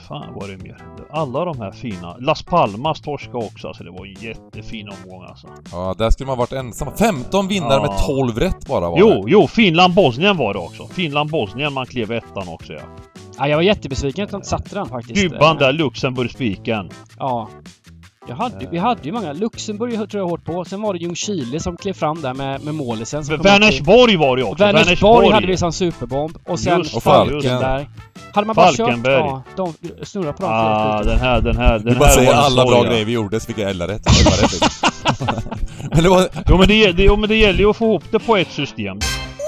fan var det mer? Alla de här fina. Las Palmas torska också, alltså det var en jättefin omgång alltså. Ja, där skulle man varit ensam. 15 vinnare med 12 rätt bara var det. Jo, Finland-Bosnien var det också. Finland-Bosnien, man klev ettan också, ja. Ja, jag var jättebesviken att jag inte satte den faktiskt. Dybban där, Luxemburg-spiken. Ja. Vi hade ju många. Luxemburg tror jag hårt på. Sen var det Ljungskile som klev fram där med målisen. Vänersborg var det också. Vänersborg hade vi som superbomb. Och sen Falken där. Hade man bara kört, ja, de snurrar på dem. Den här du bara säger alla bra grejer vi gjorde så fick jag 11 rätt. Men det var... men det gäller ju att få ihop det på ett system.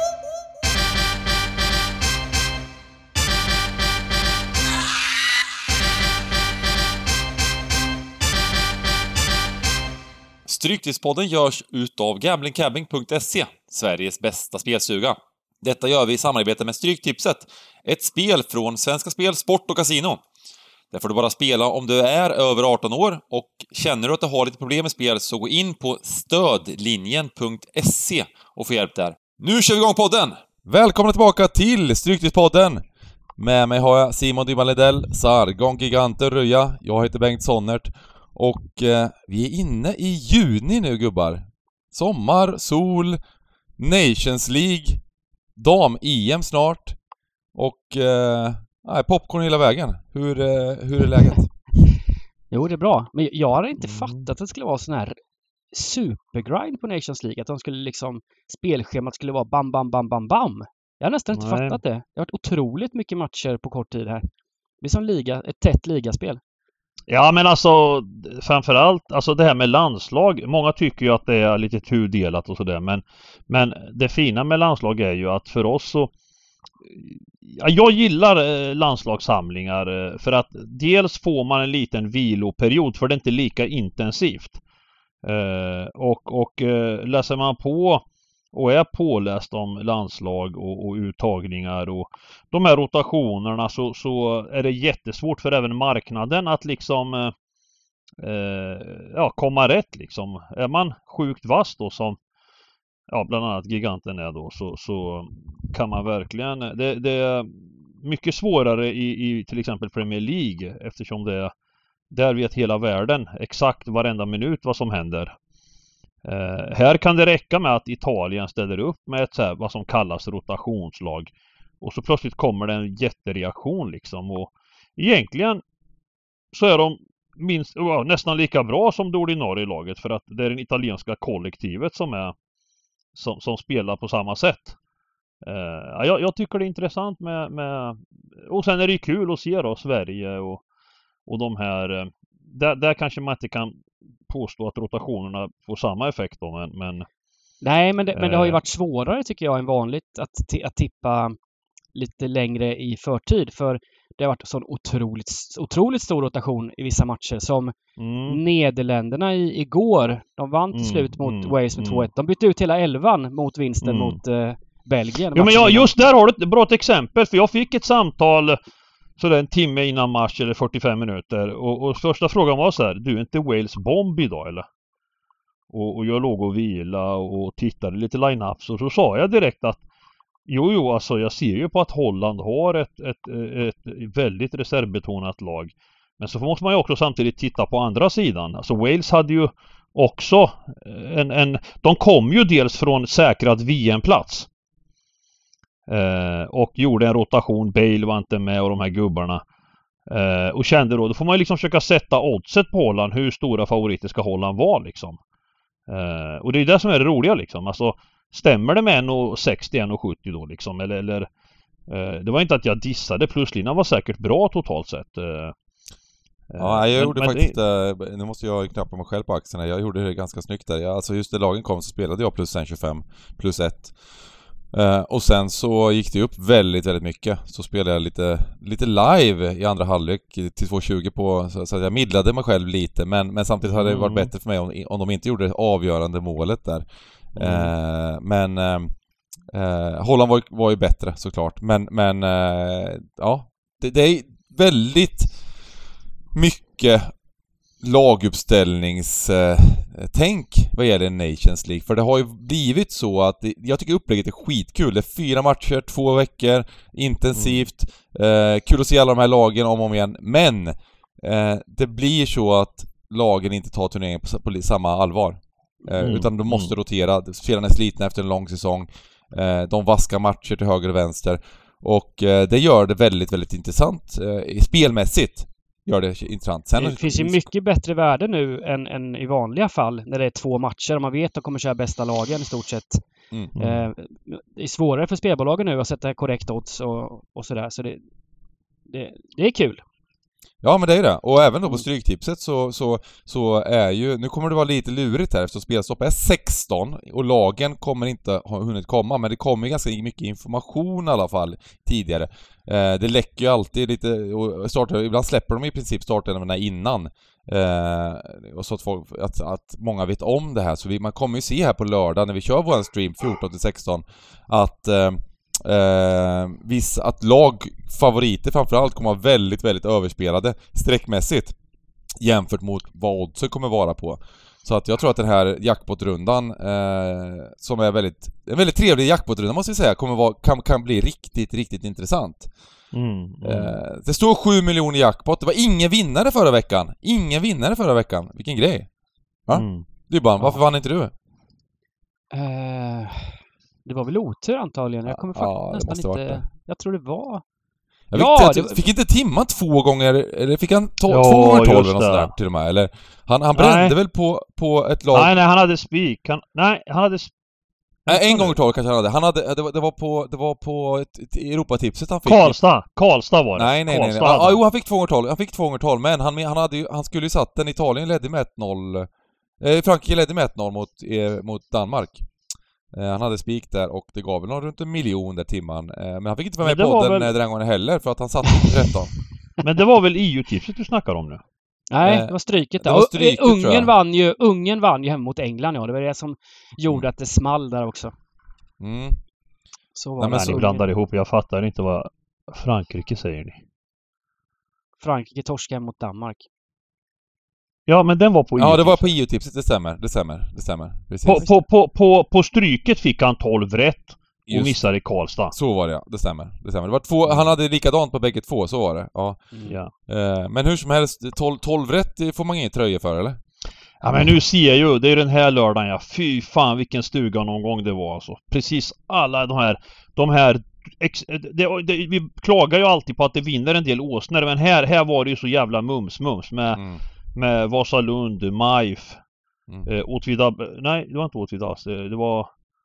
Stryktipspodden görs utav gamblingcabbing.se, Sveriges bästa spelsuga. Detta gör vi i samarbete med Stryktipset, ett spel från Svenska Spel, Sport och Casino. Där får du bara spela om du är över 18 år och känner du att du har lite problem med spel så gå in på stödlinjen.se och få hjälp där. Nu kör vi igång podden! Välkomna tillbaka till Stryktipspodden! Med mig har jag Simon Dyman-Lidell, Sargon Giganter Röja, jag heter Bengt Sonnert. Och vi är inne i juni nu, gubbar. Sommar, sol, Nations League, dam-EM snart. Och popcorn hela vägen. Hur är läget? Jo, det är bra. Men jag har inte fattat att det skulle vara sån här supergrind på Nations League. Att de skulle liksom, spelschemat skulle vara bam, bam, bam, bam, bam. Jag har nästan inte fattat det. Det har varit otroligt mycket matcher på kort tid här. Det är som ett tätt ligaspel. Ja, men alltså framförallt alltså det här med landslag. Många tycker ju att det är lite tudelat och sådär, men det fina med landslag är ju att för oss så jag gillar landslagssamlingar för att dels får man en liten viloperiod för det är inte lika intensivt. Och läser man på och är påläst om landslag och uttagningar och de här rotationerna så är det jättesvårt för även marknaden att liksom komma rätt liksom. Är man sjukt vass då som bland annat giganten är då så kan man verkligen det är mycket svårare i till exempel Premier League eftersom där vet hela världen exakt varenda minut vad som händer. Här kan det räcka med att Italien ställer upp med ett så här, vad som kallas rotationslag och så plötsligt kommer det en jättereaktion liksom och egentligen så är de nästan lika bra som det ordinarie laget för att det är det italienska kollektivet som spelar på samma sätt. Jag tycker det är intressant med och sen är det ju kul att se då Sverige och de här där kanske man inte kan påstå att rotationerna får samma effekt då, men nej, men det har ju varit svårare tycker jag än vanligt att tippa lite längre i förtid för det har varit sån otroligt stor rotation i vissa matcher som Nederländerna igår, de vann till slut mot Wales med 2-1. De bytte ut hela 11 mot vinsten mot Belgien. Jo, men just där har du ett bra exempel för jag fick ett samtal så det är en timme innan match eller 45 minuter och första frågan var så här: du är inte Wales bomb idag eller? Och jag låg och vila och tittade lite line-ups och så sa jag direkt att jo alltså jag ser ju på att Holland har ett väldigt reservbetonat lag. Men så måste man ju också samtidigt titta på andra sidan. Alltså Wales hade ju också de kom ju dels från säkrad VM-plats. Och gjorde en rotation. Bale var inte med och de här gubbarna. Och kände då får man ju liksom försöka sätta oddset på Holland. Hur stora favoriter ska Holland vara liksom. Och det är det som är det roliga liksom. Alltså stämmer det med 1,60, 1,70 då liksom? Eller det var inte att jag dissade. Pluslinan var säkert bra totalt sett. Ja, jag gjorde faktiskt nu måste jag knappa mig själv på axeln. Jag gjorde det ganska snyggt där. Alltså just när lagen kom så spelade jag plus 1,25 plus 1. Och sen så gick det upp väldigt, väldigt mycket. Så spelade jag lite live i andra halvlek till 2,20 på, så att jag midlade mig själv lite. Men samtidigt hade det varit bättre för mig om de inte gjorde det avgörande målet där. Men Holland var ju bättre såklart. Men ja, det är väldigt mycket laguppställningstänk vad gäller Nations League. För det har ju blivit så att jag tycker upplägget är skitkul. Det är 4 matcher, 2 veckor, intensivt. Kul att se alla de här lagen om och om igen. Men det blir så att lagen inte tar turneringen på samma allvar. Utan de måste rotera. Spelarna är slitna efter en lång säsong. De vaskar matcher till höger och vänster. Och det gör det väldigt, väldigt intressant spelmässigt. Gör det intressant. Sen det finns ju mycket bättre värde nu än i vanliga fall när det är 2 matcher och man vet att de kommer köra bästa lagen i stort sett. Det är svårare för spelbolagen nu att sätta korrekt odds och sådär. Så det är kul. Ja, men det är det. Och även då på Stryktipset så är ju... Nu kommer det vara lite lurigt här eftersom spelstopp är 16 och lagen kommer inte ha hunnit komma, men det kommer ganska mycket information i alla fall tidigare. Det läcker ju alltid lite... Och ibland släpper de i princip startelvorna innan. Och så att många vet om det här. Så man kommer ju se här på lördag när vi kör vår stream 14-16 att... att lagfavoriter framförallt kommer vara väldigt, väldigt överspelade sträckmässigt jämfört mot vad oddsen kommer vara på. Så att jag tror att den här jackpotrundan som är en väldigt trevlig jackpotrunda måste jag säga kan bli riktigt, riktigt intressant. Det står 7 miljoner jackpot. Det var ingen vinnare förra veckan. Vilken grej. Va? Dybban, varför vann inte du? Det var väl otur antagligen. Jag kommer faktiskt nästan inte... Jag tror det var... Fick inte Timman 2 gånger, eller fick han 2 gånger 12 eller något sådär till och med, eller han brände väl på ett lag. Nej, han hade spik. En gånger 12 kanske han hade. Det var på ett Europatipset han fick. Karlstad var det. Nej. Jo, han fick 2 gånger 12, men han skulle ju satt den. Italien ledde med 1-0. Frankrike ledde med 1-0 mot Danmark. Han hade spik där och det gav väl någon runt 1 miljon där Timman. Men han fick inte vara med i podden den gången heller för att han satt på 13. Men det var väl EU-tipset du snackar om nu? Nej, det var stryket där. Ungern vann ju hemma mot England, ja. Det var det som gjorde att det small där också. Så var det. Ni blandar ihop. Jag fattar inte vad Frankrike säger ni. Frankrike torskade mot Danmark. Ja, men den var på EU. Ja, det var på EU-tipset, det stämmer. Precis. På stryket fick han 12 rätt och missade i Karlstad. Så var det, ja. Det stämmer. Det var 2, han hade likadant på bägge 2, så var det. Ja. Men hur som helst, 12 rätt får man ingen tröja för, eller? Ja, men nu ser jag ju, det är den här lördagen, ja. Fy fan vilken stuga någon gång det var alltså. Precis alla de här vi klagar ju alltid på att det vinner en del åsnor, men här var det ju så jävla mums med Vasalund, Maif, Åtvidaberg. Nej, det var inte Åtvidaberg. Det var...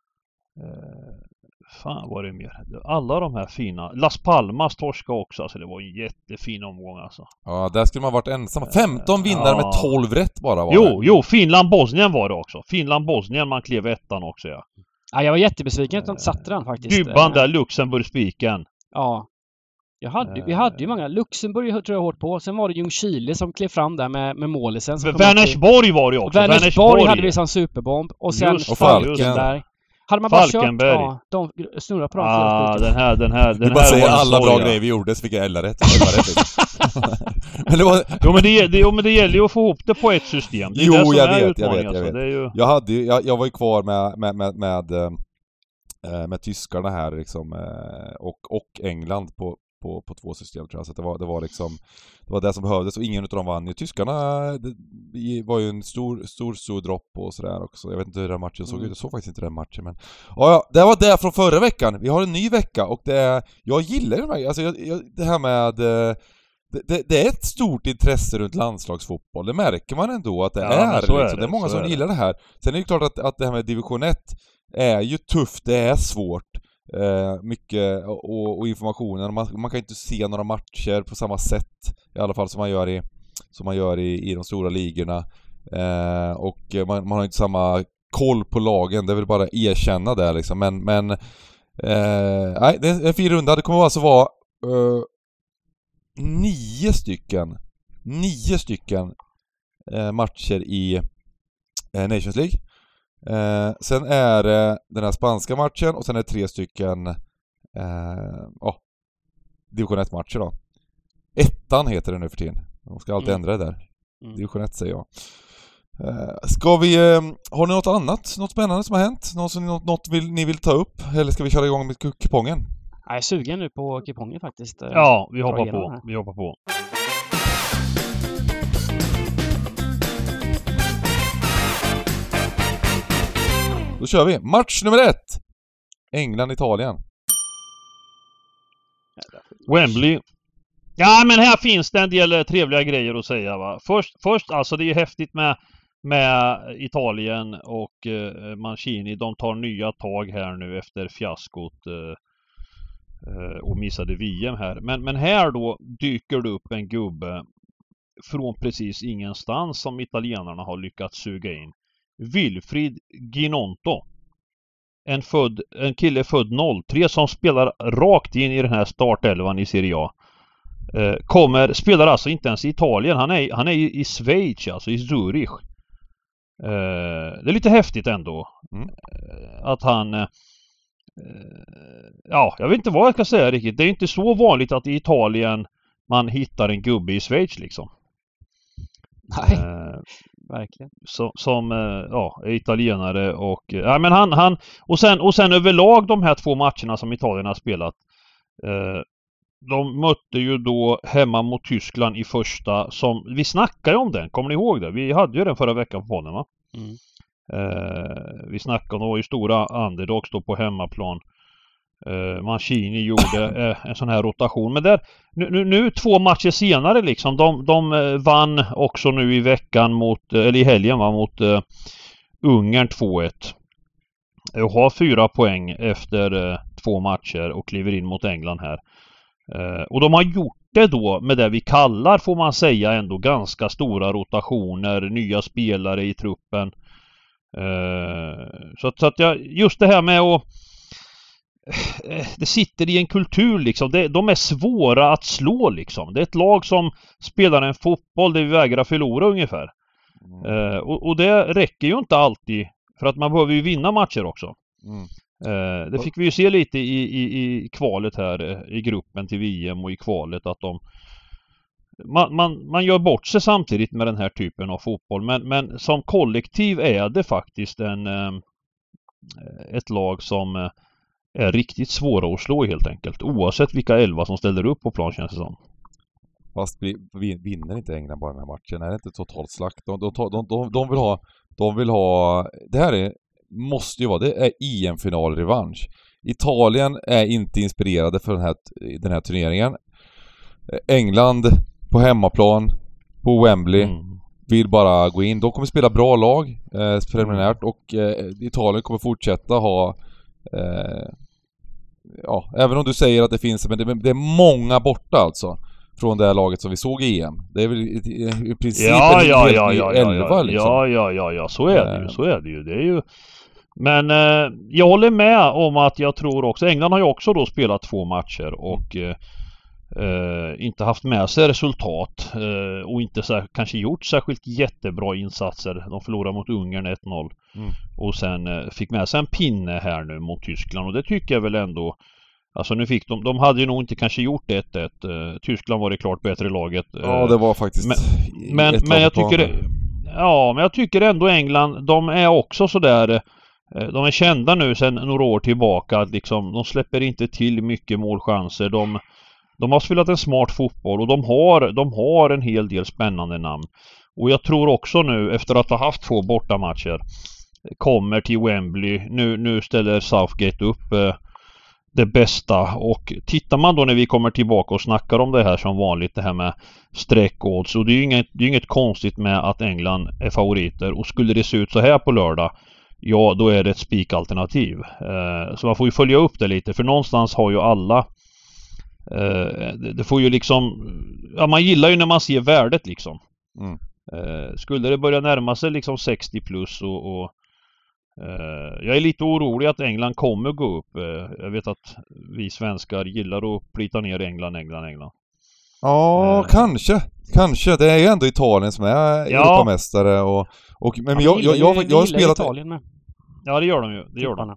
fan var det mer? Alla de här fina. Las Palmas torska också. Alltså det var en jättefin omgång alltså. Ja, där skulle man varit ensam. 15 vinnare med 12 rätt bara var det. Jo, Finland-Bosnien var det också. Finland-Bosnien, man klev ettan också, ja. Ja, jag var jättebesviken att de satte den faktiskt. Dybban där, Luxemburg-spiken. Ja. Vi hade ju många. Luxemburg tror jag hårt på. Sen var det Ljungskile som klev fram där med målisen. Vänersborg var det också. Vänersborg hade vi som superbomb. Och sen Falken där. Hade man bara kört, de snurrar på dem. Den här du bara säger alla bra grejer vi gjorde så fick jag 11 rätt. Men det gäller ju att få ihop det på ett system. Det är det som jag är vet. Alltså. Det är ju... Jag var ju kvar med tyskarna här liksom, och England på 2 system tror jag. Så det var liksom det var det som behövdes och ingen av dem vann ju. Tyskarna det var ju en stor dropp och sådär också. Jag vet inte hur den matchen såg ut. Jag såg faktiskt inte den matchen, men ja, det var det från förra veckan. Vi har en ny vecka och jag gillar det här. Alltså det här med det är ett stort intresse runt landslagsfotboll. Det märker man ändå att det är liksom. Det är många som gillar det här. Sen är det ju klart att det här med division 1 är ju tufft, det är svårt. Mycket och informationen. Man kan inte se några matcher på samma sätt i alla fall som man gör i de stora ligorna. Och man har inte samma koll på lagen. Det är väl bara erkänna det liksom. Men nej, det är en fin runda. Det kommer alltså vara 9 stycken matcher i Nations League. Sen är det den här spanska matchen och sen är det 3 stycken division 1-matcher då. Ettan heter det nu för tiden. De ska alltid ändra det där. Division 1 säger jag. Ska vi... har ni något annat? Något spännande som har hänt? Något ni vill ta upp? Eller ska vi köra igång med kupongen? Jag är sugen nu på kupongen faktiskt. Ja, vi hoppar på. Vi hoppar på. Då kör vi. Match nummer 1. England-Italien. Wembley. Ja, men här finns det en del trevliga grejer att säga, va. Först alltså, det är ju häftigt med Italien och Mancini. De tar nya tag här nu efter fiaskot och missade VM här. Men här då dyker det upp en gubbe från precis ingenstans som italienarna har lyckats suga in. Wilfried Ginonto. En kille född 03 som spelar rakt in i den här startelvan i Serie A. Spelar alltså inte ens i Italien. Han är i Schweiz, alltså i Zürich. Det är lite häftigt ändå. Att han... jag vet inte vad jag ska säga riktigt. Det är inte så vanligt att i Italien man hittar en gubbe i Schweiz liksom. Nej, verkligen. Som är italienare och... men han och sen överlag de här 2 matcherna som Italien har spelat. De mötte ju då hemma mot Tyskland i första, som vi snackade om den, kommer ni ihåg det? Vi hade ju den förra veckan på podden, va? Vi snackade om, det var ju stora underdogs då på hemmaplan. Mancini gjorde en sån här rotation, men där nu 2 matcher senare liksom, de vann också nu i veckan i helgen, va, mot Ungern 2-1. Och har 4 poäng efter 2 matcher och kliver in mot England här. Och de har gjort det då med det vi kallar, får man säga, ändå ganska stora rotationer, nya spelare i truppen. Så att just det här med att det sitter i en kultur liksom. De är svåra att slå liksom. Det är ett lag som spelar en fotboll där vi vägrar förlora ungefär. Och det räcker ju inte alltid, för att man behöver ju vinna matcher också. Det fick vi ju se lite i kvalet här, i gruppen till VM och i kvalet, att man gör bort sig samtidigt med den här typen av fotboll, men som kollektiv är det faktiskt ett lag som är riktigt svåra att slå helt enkelt, oavsett vilka 11 som ställer upp på plan, känns det som. Fast vinner inte England bara den här matchen? Är det inte totalt slakt? De vill ha det här måste ju vara, det är EM-finalrevansch. Italien är inte inspirerade för den här turneringen. England på hemmaplan på Wembley vill bara gå in. De kommer spela bra lag preliminärt, och Italien kommer fortsätta ha även om du säger att det finns, men det är många borta alltså från det här laget som vi såg i EM. Det är väl i princip 11 liksom. Ja, så är det ju. Det är ju. Men jag håller med om att jag tror också, England har ju också då spelat 2 matcher och inte haft med sig resultat och inte kanske gjort särskilt jättebra insatser. De förlorade mot Ungern 1-0 och sen fick med sig en pinne här nu mot Tyskland, och det tycker jag väl ändå, alltså nu fick de hade ju nog inte kanske gjort 1-1. Tyskland var det klart bättre laget. Ja, det var faktiskt men jag tycker ändå England, de är också så där. De är kända nu sedan några år tillbaka att liksom, de släpper inte till mycket målchanser. De har spelat en smart fotboll, och de har en hel del spännande namn. Och jag tror också nu, efter att ha haft 2 bortamatcher, kommer till Wembley. Nu ställer Southgate upp det bästa. Och tittar man då när vi kommer tillbaka och snackar om det här som vanligt, det här med streckodds, och det är ju inget konstigt med att England är favoriter. Och skulle det se ut så här på lördag, ja, då är det ett spikalternativ. Så man får ju följa upp det lite, för någonstans har ju alla det får ju liksom, ja, man gillar ju när man ser värdet liksom. Skulle det börja närma sig liksom 60 plus och jag är lite orolig att England kommer gå upp. Jag vet att vi svenskar gillar att plita ner England. Ja, kanske. Det är ju ändå Italien som är Europamästare men jag har spelat Italien med. Ja, det gör de ju.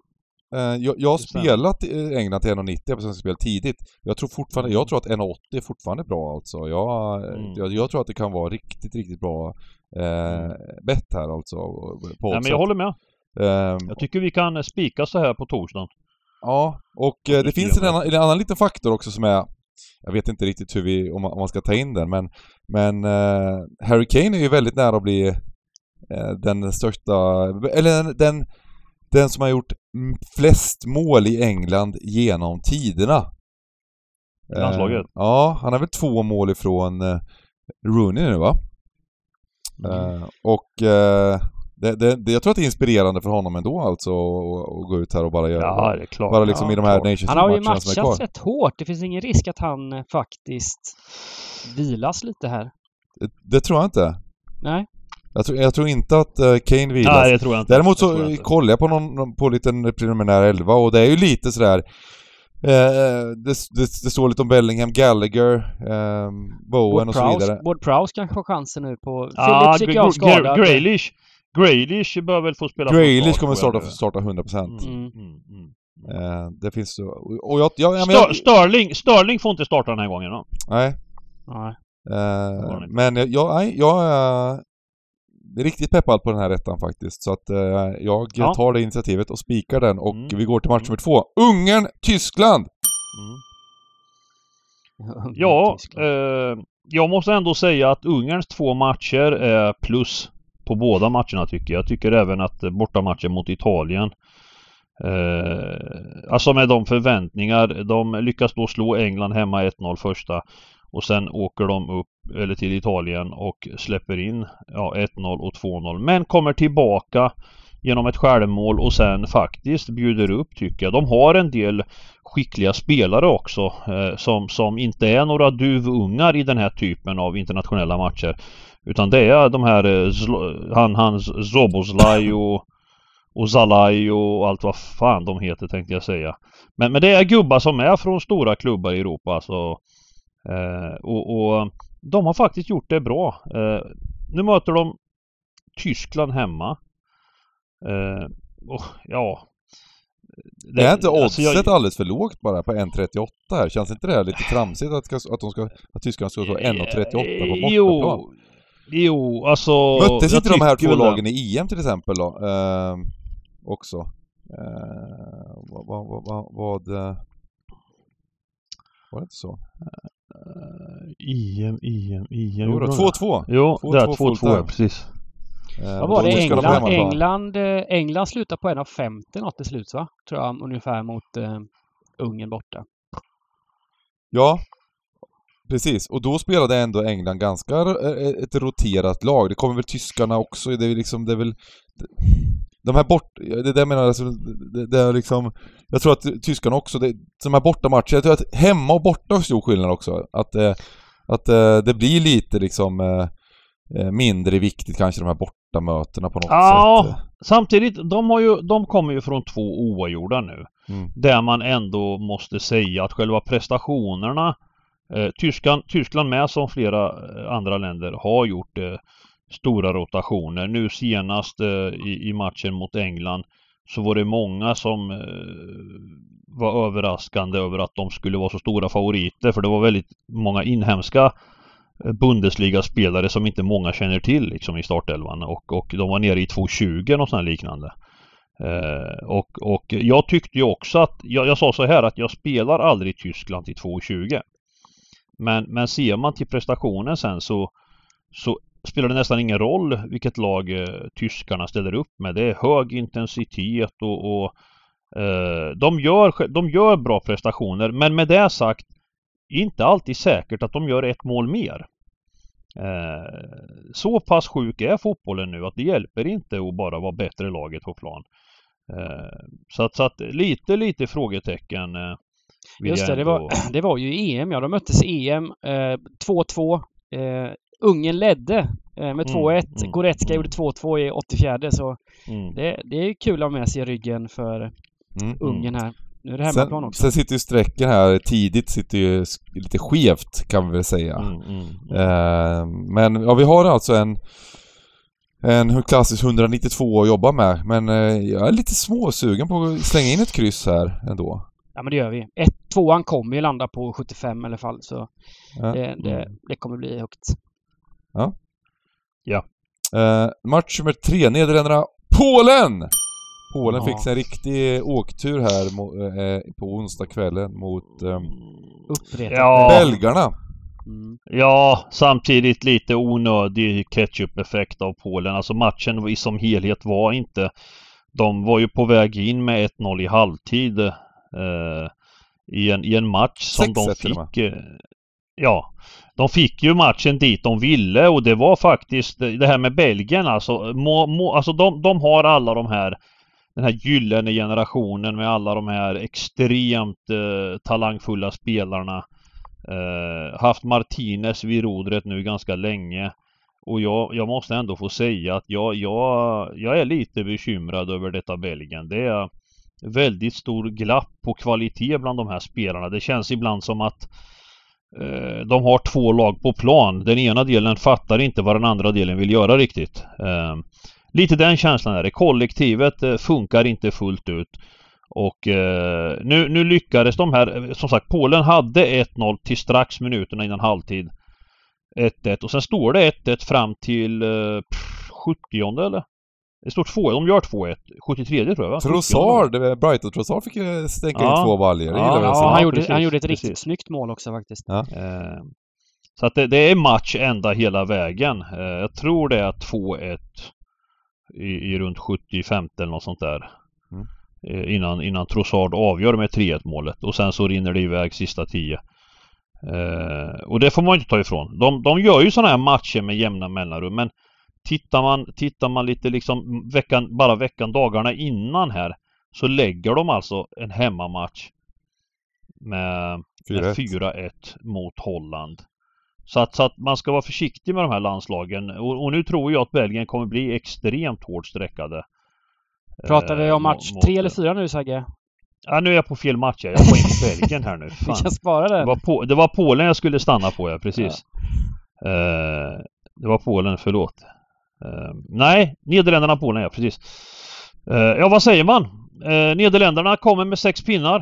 Jag har spelat England till 1,90 på svenska spel tidigt. Jag tror att 1,80 är fortfarande bra alltså. Jag tror att det kan vara riktigt, riktigt bra bett här alltså. Ja, men jag håller med. Jag tycker vi kan spika så här på torsdagen. Ja, och det finns en annan liten faktor också som är, jag vet inte riktigt om man ska ta in den, men Harry Kane är ju väldigt nära att bli den största, eller den som har gjort flest mål i England genom tiderna. Landslaget? Ja, han har väl 2 mål ifrån Rooney nu, va? Jag tror att det är inspirerande för honom ändå alltså att gå ut här och bara göra det är klart. Bara liksom i de här Nations League-matcherna. Han har ju matchat rätt hårt. Det finns ingen risk att han faktiskt vilas lite här. Det tror jag inte. Nej. Jag tror inte att Kane vilas. Nej, det tror jag inte. Däremot så kollar jag på lite preliminär 11 och det är ju lite sådär det står lite om Bellingham, Gallagher, Bowen och så vidare. Ward-Prowse kanske får chansen nu på Phillips gick jag skadad. Grealish bör väl få spela. Grealish kommer starta 100%. Det finns så, och Sterling får inte starta den här gången då. Nej. Men jag är riktigt peppad på den här rättan faktiskt. Så att jag tar det initiativet och spikar den. Och vi går till match nummer 2. Ungern-Tyskland! Ja, jag måste ändå säga att Ungerns 2 matcher är plus på båda matcherna tycker jag. Jag tycker även att bortamatchen mot Italien, alltså med de förväntningar, de lyckas då slå England hemma 1-0 första. Och sen åker de upp till Italien och släpper in 1-0 och 2-0. Men kommer tillbaka genom ett självmål och sen faktiskt bjuder upp tycker jag. De har en del skickliga spelare också som inte är några duvungar i den här typen av internationella matcher. Utan det är de här hans Zoboslaj och Zalai och allt vad fan de heter tänkte jag säga. Men det är gubbar som är från stora klubbar i Europa alltså. Och de har faktiskt gjort det bra. Nu möter de Tyskland hemma. Det är inte oddset alldeles för lågt bara på 1,38 här. Känns inte det lite tramsigt att Tyskland ska stå 1,38 på bortaplan? Jo, alltså... Möttes inte de här 2 lagen i EM till exempel då? Också. Var det inte så? EM. Jo, 2-2. Jo, det är 2-2, precis. Vad var det? England slutar på 1,50 något till slut, va? Tror jag, ungefär mot Ungern borta. Ja, precis. Och då spelade ändå England ganska ett roterat lag. Det kommer väl tyskarna också. Det är väl de här det menar alltså, det är liksom, jag tror att tyskarna också de här bortamatcher, jag tror att hemma och borta har stor skillnad också, att det blir lite liksom mindre viktigt kanske de här bortamötena på något sätt. Samtidigt de kommer ju från 2 oavgjorda nu. Där man ändå måste säga att själva prestationerna Tyskland med som flera andra länder har gjort stora rotationer. Nu senast i matchen mot England så var det många som var överraskande över att de skulle vara så stora favoriter, för det var väldigt många inhemska Bundesliga-spelare som inte många känner till liksom i startelvan, och de var nere i 2,20 och sånt liknande. Och jag tyckte ju också att jag sa så här att jag spelar aldrig Tyskland till 2,20. Men ser man till prestationen sen så spelar det nästan ingen roll vilket lag tyskarna ställer upp med. Det är hög intensitet och de gör bra prestationer. Men med det sagt, inte alltid säkert att de gör ett mål mer. Så pass sjuk är fotbollen nu att det hjälper inte att bara vara bättre laget på plan. Så att lite frågetecken. Just det, det var ju EM, de möttes EM 2-2. Ungern ledde med 2-1. Goretzka gjorde 2-2 i 84, så det är kul att ha med sig i ryggen för Ungern här. Nu är det hemmaplan också. Sen sitter ju sträcken här tidigt, sitter ju lite skevt kan vi väl säga. Men ja, vi har alltså en klassisk 192 att jobba med. Men jag är lite småsugen på att slänga in ett kryss här ändå. Ja, men det gör vi. 2an kommer ju landa på 75 i alla fall. Så ja. Det kommer bli högt. Ja. Match nummer 3, Nederländerna, Polen! Polen fick en riktig åktur här på onsdagskvällen mot belgarna. Ja, samtidigt lite onödig ketchup-effekt av Polen. Alltså matchen som helhet var inte... De var ju på väg in med 1-0 i halvtid i en match som de fick... Ja, de fick ju matchen dit de ville, och det var faktiskt det här med Belgien. Alltså de har alla den här gyllene generationen med alla de här extremt talangfulla spelarna. Haft Martinez vid rodret nu ganska länge, och jag måste ändå få säga att jag är lite bekymrad över detta Belgien. Det är väldigt stor glapp på kvalitet bland de här spelarna. Det känns ibland som att de har 2 lag på plan. Den ena delen fattar inte vad den andra delen vill göra riktigt. Lite den känslan är det. Kollektivet funkar inte fullt ut. Och nu lyckades de här, som sagt, Polen hade 1-0 till strax minuterna innan halvtid. 1-1, och sen står det 1-1 fram till 70:e eller? Det står 2, de gör 2-1, 73 tror jag, va? Trossard, Brighton Trossard fick stänka in 2 baljor. Han gjorde ett riktigt snyggt mål också faktiskt. Ja. Så att det är match ända hela vägen. Jag tror det är 2-1 i runt 75 eller något sånt där. Innan Trossard avgör med 3-1 målet, och sen så rinner det iväg sista 10. Och det får man inte ta ifrån. De gör ju såna här matcher med jämna mellanrum, men tittar man lite liksom dagarna innan här, så lägger de alltså en hemmamatch med 4-1 mot Holland. Så att man ska vara försiktig med de här landslagen, och nu tror jag att Belgien kommer bli extremt hårt sträckade. Pratar vi om match 3 eller 4 nu, Sagge? Ja, nu är jag på fel match. Jag var inne i Belgien här nu. Vi kan spara den. Det var Polen jag skulle stanna på, ja, precis. Ja. Det var Polen, förlåt. Nej, Nederländerna, Polen, ja, precis. Ja, vad säger man? Nederländerna kommer med 6 pinnar.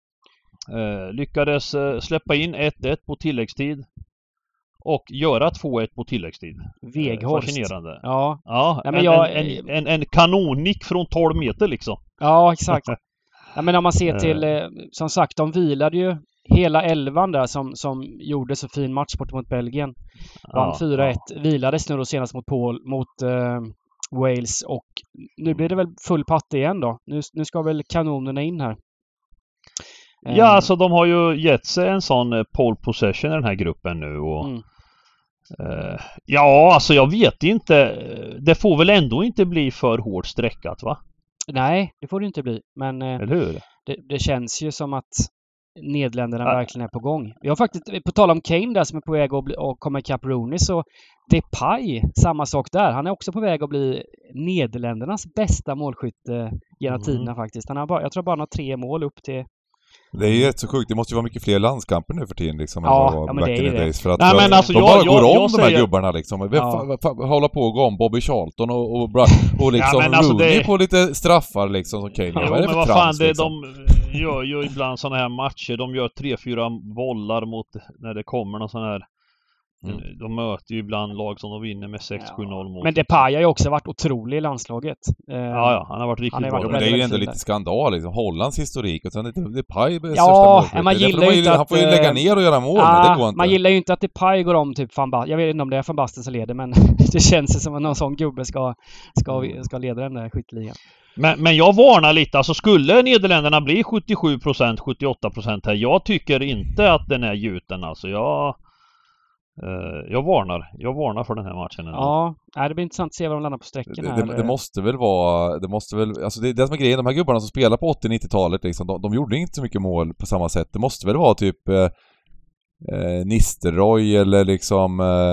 Lyckades släppa in 1-1 på tilläggstid. Och göra 2-1 på tilläggstid. Weghorst. Fascinerande. Ja, men en kanonnick från 12 meter liksom. Ja, exakt. Ja, men om man ser till, som sagt, de vilade ju hela 11 där som gjorde så fin match mot Belgien. Vann 4-1. Vilades nu då senast mot Wales, och nu blir det väl full patte igen då. Nu ska väl kanonerna in här. Ja, alltså de har ju gett sig en sån pole possession i den här gruppen nu, och ja, alltså jag vet inte. Det får väl ändå inte bli för hårt sträckat, va? Nej, det får det inte bli. Men eller hur? Det känns ju som att Nederländerna verkligen är på gång. Vi har faktiskt, på tal om Kane där som är på väg att komma ikapp Rooney, så Depay, samma sak där. Han är också på väg att bli Nederländernas bästa målskytt genom tiderna faktiskt. Jag tror bara han har 3 mål upp till... Det är ju rätt så sjukt. Det måste ju vara mycket fler landskamper nu för tiden liksom, än ja, back in the days. För att nej, men alltså, de bara går om de här gubbarna liksom. Hålla på och gå om Bobby Charlton och liksom alltså Rooney på lite straffar liksom som Kane. Ja, men vad fan, de gör ju ibland såna här matcher. De gör 3-4 bollar mot när det kommer någon sån här. De möter ju ibland lag som de vinner med 6-7-0 mot. Men Depay har ju också varit otrolig i landslaget. Ja, han har varit riktigt bra. Men det är ju ändå lite skandal liksom. Hollands historik, och sen Depay är största målskytt. Man gillar ju inte han får ju lägga ner och göra mål, men det går inte. Man gillar ju inte att Depay går om typ Van Basten. Jag vet inte om det är Van Basten som leder, men det känns som att någon sån gubbe ska leda den där skytteligan. Men jag varnar lite, alltså skulle Nederländerna bli 77%, 78% här, jag tycker inte att den är gjuten, alltså jag varnar för den här matchen ändå. Ja, det blir intressant att se vad de landar på sträcken här. Det måste väl alltså det som är grejen, de här gubbarna som spelar på 80-90-talet liksom, de gjorde inte så mycket mål på samma sätt. Det måste väl vara typ Nisterroy eller liksom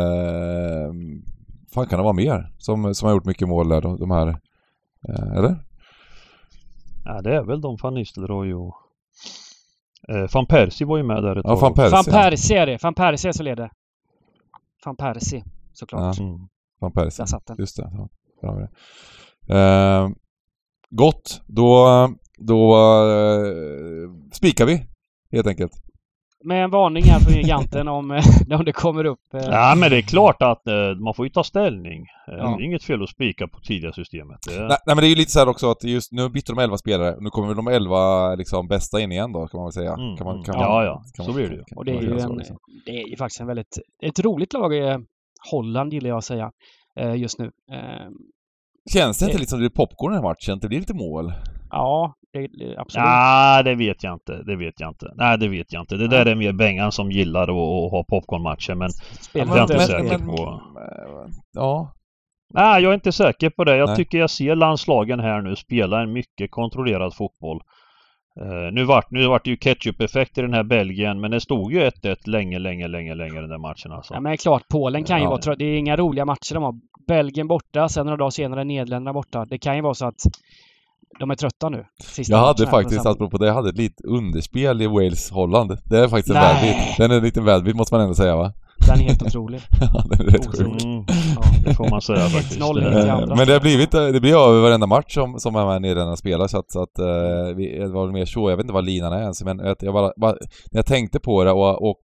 fan kan det vara mer som har gjort mycket mål där, de här eller? Ja, det är väl de Van Nistelrooy och Van Persie var ju med där ett tag. Van Persie är det. Van Persie så leder. Van Persie, såklart. Ja, Van Persie, där satt den. Just det. Ja. Gott, då spikar vi helt enkelt. Med en varning här från giganten om det kommer upp. Ja, men det är klart att man får ju ta ställning. Det är inget fel att spika på tidiga systemet. Nej, men det är ju lite så här också att just nu byter de 11 spelare. Nu kommer de 11 liksom bästa in igen då, kan man väl säga. Så blir det ju. Och det är ju det är ju faktiskt ett roligt lag. Holland gillar jag att säga just nu. Känns det inte liksom det är popcorn i den här matchen? Det blir lite mål. Ja, absolut. Nej, det vet jag inte. Nej, det vet jag inte. Det där är mer Bengan som gillar att ha popcornmatcher, men jag är inte säker på... Ja. Nej, jag är inte säker på det. Jag tycker jag ser landslagen här nu spela en mycket kontrollerad fotboll. Nu vart det ju ketchup-effekt i den här Belgien, men det stod ju 1-1 länge den där matchen alltså. Ja, men klart, Polen kan ju vara... Det är inga roliga matcher de har. Belgien borta, sen några dagar senare Nederländerna borta. Det kan ju vara så att de är trötta nu. Jag hade faktiskt, apropå det, jag hade ett litet underspel i Wales-Holland. Det är faktiskt en välbit. Den är en liten välbit, måste man ändå säga, va? Den är helt otrolig. Ja, den är rätt sjuk. Det får man säga faktiskt. Men det blir över varenda match som de här Nederländerna spelar, så att det var mer så. Jag vet inte vad linan är ens, men jag bara när jag tänkte på det och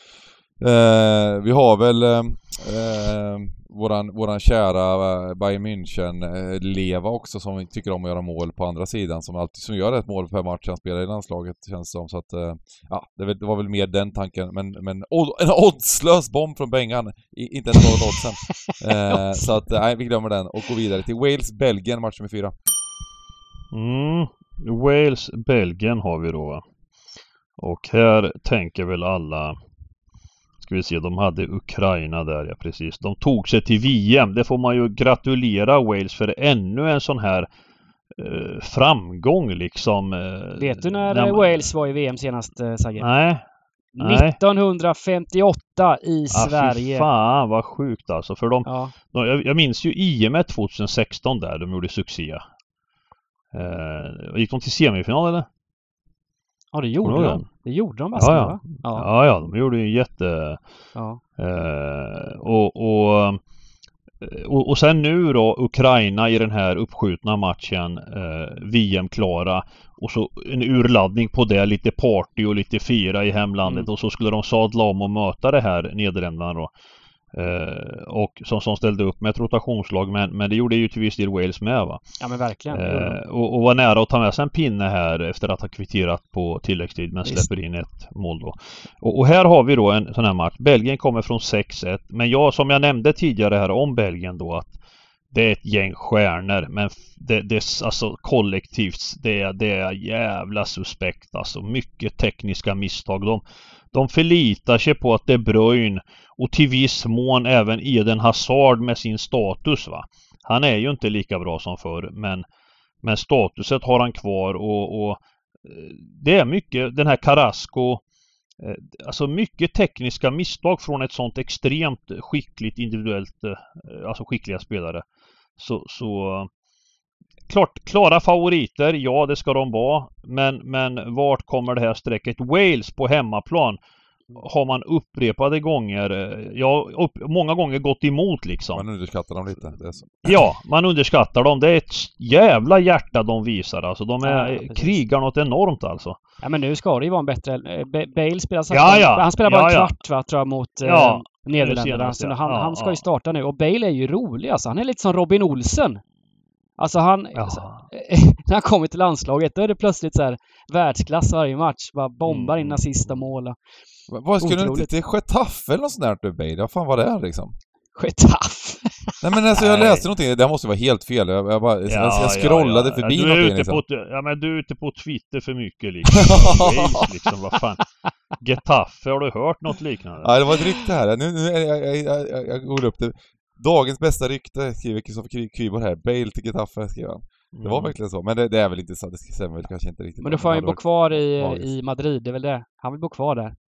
vi har väl våran kära Bayern München Leva också, som tycker om att göra mål på andra sidan, som gör ett mål per match han spelar i landslaget, känns som. Så att det var väl mer den tanken, men en oddslös bomb från Bengan, inte ens något oddsen. Så att nej, vi glömmer den och går vidare till Wales-Belgien, match nummer 4. Wales-Belgien har vi då, va? Och här tänker väl alla, ska vi se, de hade Ukraina där, ja precis. De tog sig till VM. Det får man ju gratulera Wales för, ännu en sån här framgång liksom. Vet du när Wales var i VM senast, Sagge? Nej. 1958 i Sverige. Fan vad sjukt alltså. För jag minns ju IM 2016 där, de gjorde succé. Gick de till semifinal eller? Ja, det gjorde de. Det gjorde de alltså, va? Ja, de gjorde ju och sen nu då Ukraina i den här uppskjutna matchen, VM-klara, och så en urladdning på det, lite party och lite fira i hemlandet, och så skulle de sadla om och möta det här Nederländerna då. Och som ställde upp med ett rotationslag, men det gjorde ju till viss del Wales med, va? Ja, men verkligen. Och var nära att ta med sig en pinne här efter att ha kvitterat på tilläggstid, men släpper in ett mål då. Och här har vi då en sån här match. Belgien kommer från 6-1, men som jag nämnde tidigare här om Belgien då, att det är ett gäng stjärnor, men det alltså kollektivt, det är jävla suspekt alltså. Mycket tekniska misstag. De förlitar sig på att De Bruyne och till viss mån även Eden Hazard med sin status, va. Han är ju inte lika bra som förr, men statuset har han kvar, och det är mycket den här Carrasco, alltså mycket tekniska misstag från ett sånt extremt skickligt individuellt, alltså skickliga spelare. Så klara favoriter, ja det ska de vara, men vart kommer det här strecket? Wales på hemmaplan har man upprepade gånger, många gånger gått emot liksom. Man underskattar dem lite, det är så. Ja, man underskattar dem. Det är ett jävla hjärta de visar alltså. De krigar något enormt alltså. Ja, men nu ska det ju vara en bättre... Bale spelar han spelar bara en kvart, va, tror jag, mot Nederländerna. Så han ska ju starta nu. Och Bale är ju rolig alltså. Han är lite som Robin Olsen. Alltså när han kommer till landslaget, då är det plötsligt så här världsklass varje match. Bara bombar in sista mål. Vad skulle inte till Getafe eller något sånt där du, Bale? Vad fan var det liksom? Getafe? Nej, men alltså jag läste någonting, det måste vara helt fel. Jag scrollade förbi någonting liksom. Men du är ute på Twitter för mycket liksom. Liksom, vad fan. Getafe, har du hört något liknande? Ja, det var ett rykte här. Jag går upp det. Dagens bästa rykte skriver Kristoffer Kviborg här. Bale till Getafe, skriver han. Det var verkligen så, men det är väl inte så. Det stämmer väl kanske inte riktigt. Men då får han ju bo kvar i Madrid, det är väl det. Han vill bo kvar där.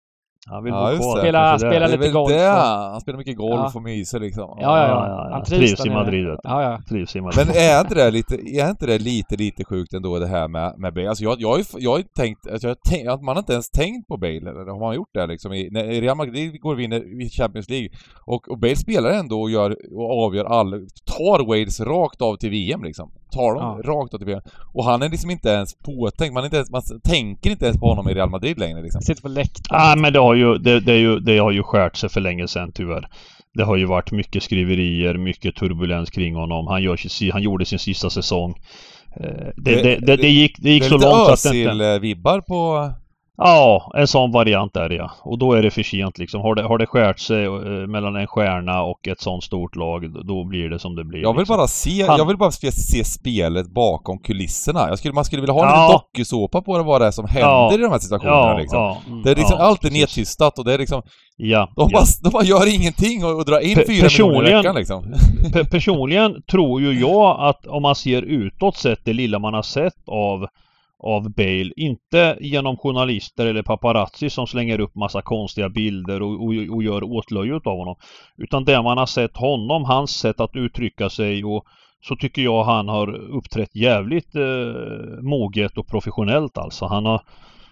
Han vill bo kvar. Spela lite golf. Han spelar mycket golf och myser liksom. Ja. Han trivs i Madrid. Ja. Trivs i Madrid. Men är inte det lite sjukt ändå det här med Bale? Alltså jag har ju tänkt att man inte ens tänkt på Bale, eller har man gjort det liksom? I Real Madrid går vi in i Champions League och Bale spelar ändå och avgör tar Wales rakt av till VM liksom. Tar dem rakt av till VM. Och han är liksom inte ens påtänkt. Man tänker inte ens på honom i Real Madrid längre liksom. Sitter på läktaren. Men det har ju skärt sig för länge sedan tyvärr. Det har ju varit mycket skriverier, mycket turbulens kring honom. Han gjorde sin sista säsong. Det gick så långt att det inte... vibbar på... Ja, en sån variant är det, ja. Och då är det för sent liksom. Har det skärt sig mellan en stjärna och ett sånt stort lag, då blir det som det blir. Jag vill bara se spelet bakom kulisserna. Man skulle vilja ha en liten dokusåpa på vad det är som händer i de här situationerna liksom. Det är liksom alltid nedtystat och det är liksom de bara gör ingenting och drar in 4 miljoner i veckan liksom. Personligen tror ju jag att om man ser utåt sett det lilla man har sett av Bale, inte genom journalister eller paparazzi som slänger upp massa konstiga bilder och gör åtlöje av honom, utan det man har sett honom, hans sätt att uttrycka sig, och så tycker jag han har uppträtt jävligt moget och professionellt alltså. Han har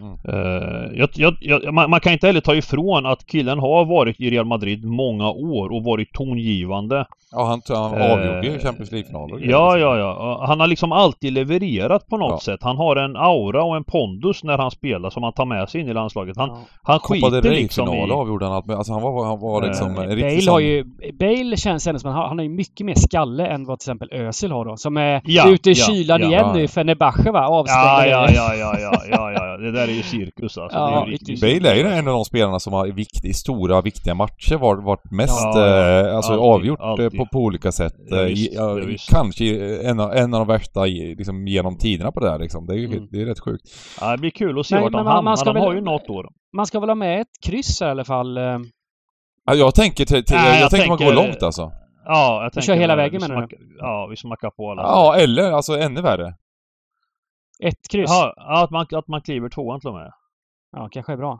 man kan inte heller ta ifrån att killen har varit i Real Madrid många år och varit tongivande. Ja, han avgjorde ju Champions League-finaler. Ja. Han har liksom alltid levererat på något sätt. Han har en aura och en pondus när han spelar som han tar med sig in i landslaget. Han skiter liksom i... avgjorde han allt med. Alltså han var liksom Bale känns ändå som han har ju mycket mer skalle än vad till exempel Özil har då. Som är ute i kylan igen nu i Fenerbahce, va? Avstängda. Ja. Det där är ju cirkus alltså. Ja, det är ju Bale är ju en av de spelarna som har i stora viktiga matcher varit mest avgjort på olika sätt. Kanske en av de värsta liksom, genom tiderna på det här liksom. Det är rätt sjukt. Ja, det blir kul att se vart han hamnar. De har ju något år. Man ska väl ha med ett kryss i alla fall. Ja, jag tänker man går långt alltså. Ja, jag tänker kör hela vägen med nu. Ja, vi smackar på alla. Ja, eller alltså ännu värre. Ett kryss. Ja, att man kliver tvåan till och med. Ja, kanske är bra.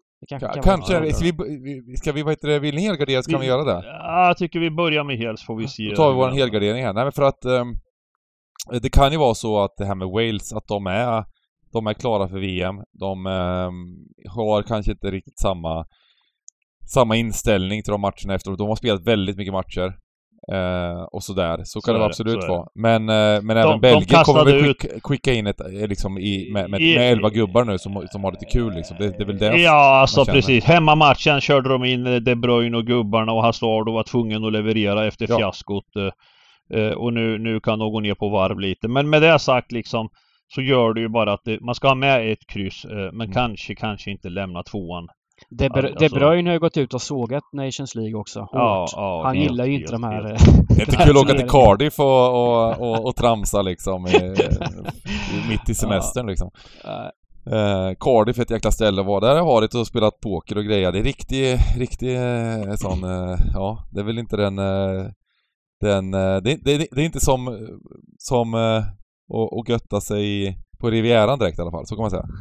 Vill ni helgardera så kan vi göra det. Ja, jag tycker vi börjar med hel så får vi se. Då tar vi vår helgardering här. Nej, men för att det kan ju vara så att det här med Wales, att de är klara för VM. De har kanske inte riktigt samma inställning till de matcherna efteråt. De har spelat väldigt mycket matcher. Och sådär. Så kan det absolut vara. Men även Belgien kommer väl skicka in ett liksom med 11 gubbar nu som har lite kul liksom. Det är väl det. Ja, alltså precis. Hemmamatchen körde de in De Bruyne och gubbarna och Hazard var tvungen att leverera efter fiaskot. Och nu kan de gå ner på varv lite. Men med det sagt liksom, så gör det ju bara att man ska ha med ett kryss, men kanske inte lämna tvåan. De Bruyne har ju gått ut och sågat Nations League också. Han gillar ju inte de här... Det är inte kul att åka till Cardiff och tramsa liksom mitt i semestern liksom. Cardiff är ett jäkla ställe var där jag har varit och spelat poker och grejer. Det är riktig sån... det är väl inte den... Det är inte som att götta sig på Rivieran direkt i alla fall. Så kan man säga.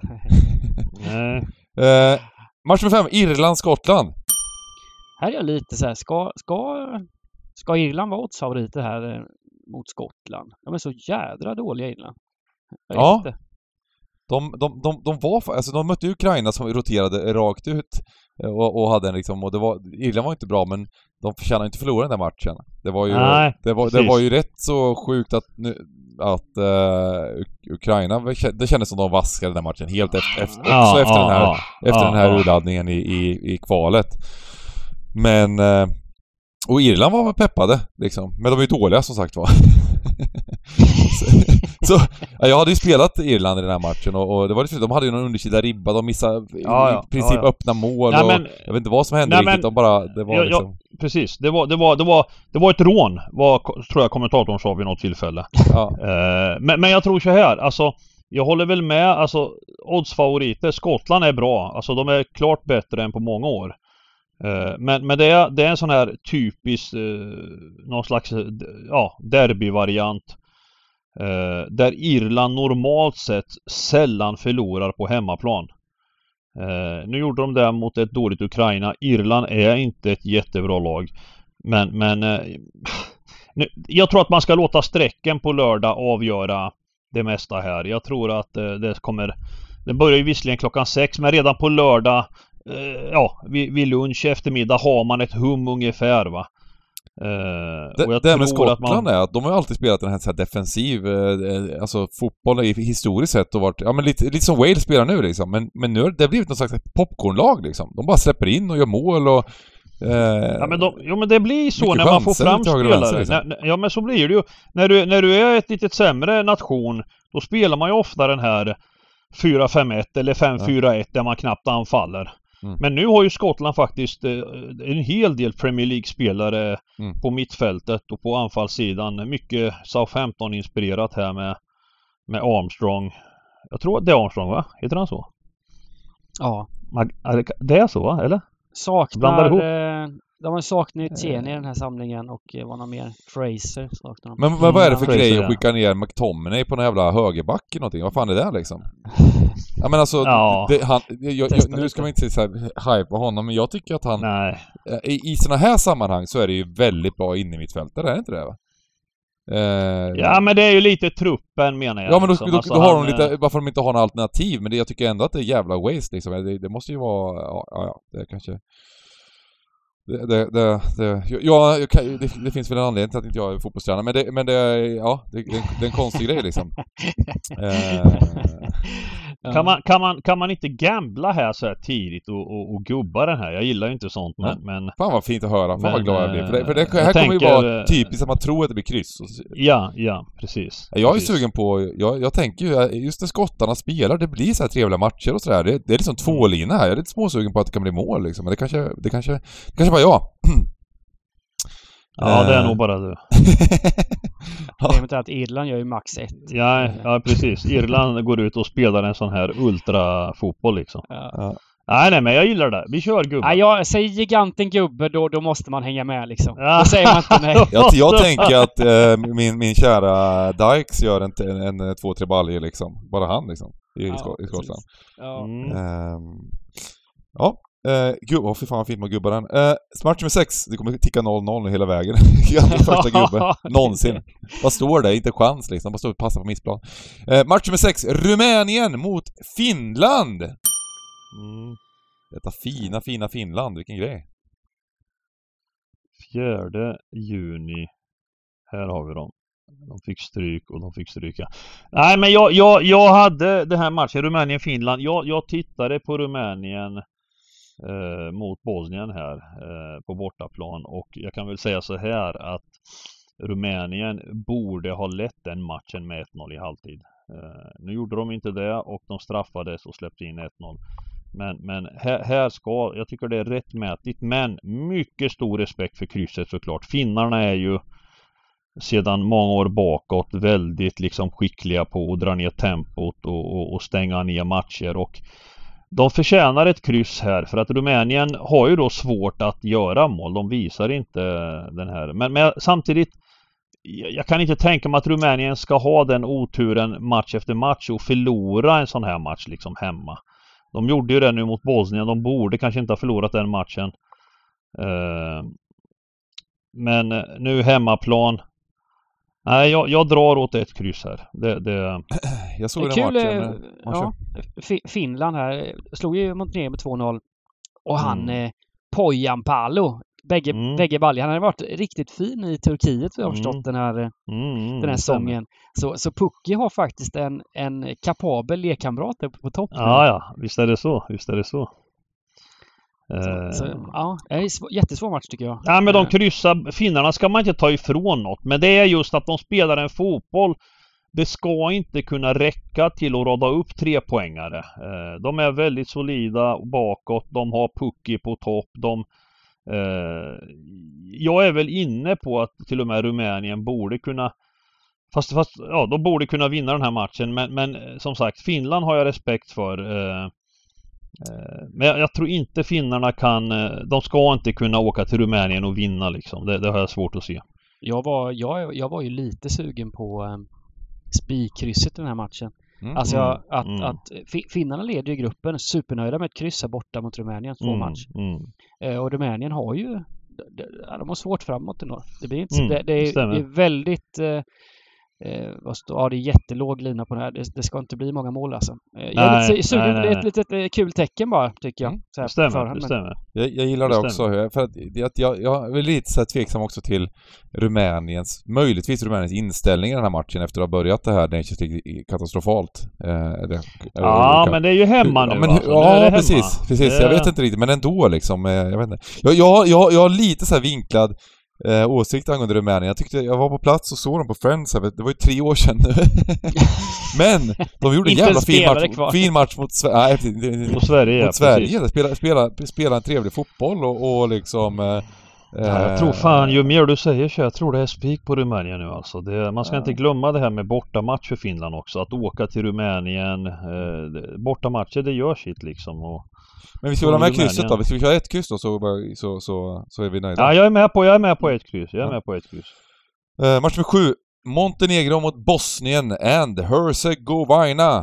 Match nummer 5, Irland-Skottland. Här är jag lite så här, ska Irland vara oddsfavoriter här mot Skottland? De är så jädra dåliga, Irland. De var alltså de mötte Ukraina som roterade rakt ut och hade en liksom, och Irland var inte bra, men de förtjänade inte förlora den där matchen. Det var ju rätt så sjukt att Ukraina, det kändes som de vaskade den där matchen helt efter den här urladdningen i kvalet. Men och Irland var väl peppade liksom, men de är ju dåliga som sagt var. så jag hade ju spelat Irland i den här matchen och det var de hade ju någon undersida ribba, de missade i princip öppna mål och jag vet inte vad som hände riktigt, precis, det var ett rån, tror jag kommentatorn sa vid något tillfälle. Men jag tror så här, alltså jag håller väl med, alltså oddsfavoriter, Skottland är bra, alltså de är klart bättre än på många år. Men det är en sån här typisk någon slags derbyvariant där Irland normalt sett sällan förlorar på hemmaplan. Nu gjorde de det mot ett dåligt Ukraina. Irland är inte ett jättebra lag. Men jag tror att man ska låta sträcken på lördag avgöra det mesta här. Jag tror att det börjar ju visserligen klockan 6, men redan på lördag vid lunch eftermiddag har man ett hum ungefär, va. Det med Skottland är att de har alltid spelat den här defensiv alltså fotboll historiskt sett och varit lite som Wales spelar nu liksom, men nu har det blivit något slags popcornlag liksom. De bara släpper in och gör mål och men det blir så när man får fram spelare. Liksom. Ja, men så blir det ju. När du är ett lite sämre nation, då spelar man ju ofta den här 4-5-1 eller 5-4-1 där man knappt anfaller. Men nu har ju Skottland faktiskt en hel del Premier League-spelare på mittfältet och på anfallssidan. Mycket Southampton-inspirerat här med Armstrong. Jag tror att det är Armstrong, va? Heter han så? Ja. Det är så, va? Eller? De har saknat Tierney i den här samlingen och vad någon mer? Fraser saknar de. Men vad är det för grej att skicka ner McTominay på någon jävla högerback eller någonting? Vad fan är det liksom? Ja men alltså nu ska man inte säga så här hype på honom, men jag tycker att han i såna här sammanhang så är det ju väldigt bra in i mittfältet, är det inte det, va? Ja, men det är ju lite truppen, menar jag. Ja, men då har de lite, varför de inte har något alternativ, men jag tycker ändå att det är jävla waste liksom. Det måste ju vara det kanske det finns väl en anledning till att inte jag är fotbollstränare, men det är en konstig grej liksom. Kan man inte gambla här så här tidigt och gubba den här? Jag gillar ju inte sånt, men fan vad fint att höra. Fan vad glad jag blir. För det här kommer ju vara typiskt att man tror att det blir kryss. Ja, precis. Jag är sugen på, jag tänker ju just när skottarna spelar, det blir så här trevliga matcher och sådär. Det är liksom tvålina här. Jag är lite småsugen på att det kan bli mål liksom. Men det kanske var jag. Ja, det är nog bara du. Problemet är att Irland gör ju max 1. Ja, precis. Irland går ut och spelar en sån här ultrafotboll liksom. Ja. Nej, men jag gillar det. Vi kör gubbe. Jag säger giganten gubbe, då måste man hänga med liksom. Då säger man inte nej. Jag tänker att min kära Dykes gör en 2-3 baljer liksom. Bara han liksom. I Skottland. Ja. Gud, fy fan vad fint med gubbaren. Match nummer 6, det kommer ticka 0-0 hela vägen. Första gubbe någonsin. Vad står det? Inte chans liksom. Bara står och passar på missplan. Match nummer 6, Rumänien mot Finland. Detta fina Finland, vilken grej. 4 juni. Här har vi dem. De fick stryk och de fick stryka. Nej, men jag hade den här matchen Rumänien-Finland. Jag tittade på Rumänien mot Bosnien här på bortaplan, och jag kan väl säga så här att Rumänien borde ha lett den matchen med 1-0 i halvtid. Nu gjorde de inte det och de straffades och släppte in 1-0. Men här ska, jag tycker det är rättmätigt, men mycket stor respekt för krysset såklart. Finnarna är ju sedan många år bakåt väldigt liksom skickliga på att dra ner tempot och stänga ner matcher, och de förtjänar ett kryss här, för att Rumänien har ju då svårt att göra mål. De visar inte den här. Men samtidigt, jag kan inte tänka mig att Rumänien ska ha den oturen match efter match och förlora en sån här match liksom hemma. De gjorde ju det nu mot Bosnien. De borde kanske inte ha förlorat den matchen. Men nu hemmaplan. Nej, jag drar åt ett kryss här. Jag såg den matchen. Finland här slog ju Montenegro med 2-0. Och han Pojan Palo, bägge baljer. Han hade varit riktigt fin i Turkiet, jag har förstått den här säsongen. Så Pucki har faktiskt en kapabel lekkamrat på topp. Ja, visst är det så. Det är en jättesvår match tycker jag. Ja, men de kryssar. Finnarna ska man inte ta ifrån något, men det är just att de spelar en fotboll. Det ska inte kunna räcka till att råda upp 3-poängare. De är väldigt solida bakåt. De har Pucki på topp. Jag är väl inne på att till och med Rumänien borde kunna de borde kunna vinna den här matchen, men som sagt, Finland har jag respekt för. Men jag tror inte finnarna de ska inte kunna åka till Rumänien och vinna liksom. Det har jag svårt att se. Jag var ju lite sugen på spikkrysset i den här matchen. Alltså att finnarna leder ju gruppen, supernöjda med ett kryss här borta mot Rumänien, 2 match. Och Rumänien har ju de har svårt framåt ändå. Det blir inte det är väldigt det är jättelåg lina på det här. Det ska inte bli många mål alltså. Jag är lite sugen. Det är ett litet kul tecken bara, tycker jag. Så här, det stämmer. Jag gillar det också. För att jag är lite så här tveksam också till möjligtvis Rumäniens inställning i den här matchen efter att ha börjat det här Nations League katastrofalt. Men det är ju hemma nu. Precis. Jag vet inte riktigt, men ändå liksom. Jag vet inte. Jag har lite så här vinklad åsikt angående Rumänien. Jag var på plats och såg dem på Friends. Det var ju 3 år sedan nu. Men de gjorde en jävla fin match mot Sverige. Mot Sverige. Spela en trevlig fotboll och liksom... jag tror fan, ju mer du säger så jag tror det är spik på Rumänien nu alltså. Man ska inte glömma det här med bortamatch för Finland också. Att åka till Rumänien, bortamatcher, det gör sitt liksom. Men vi ska väl ha med krysset då? Vi ska köra ett kryss då så är vi nöjda. Ja, jag är med på ett kryss. Match med 7. Montenegro mot Bosnien and Herzegovina.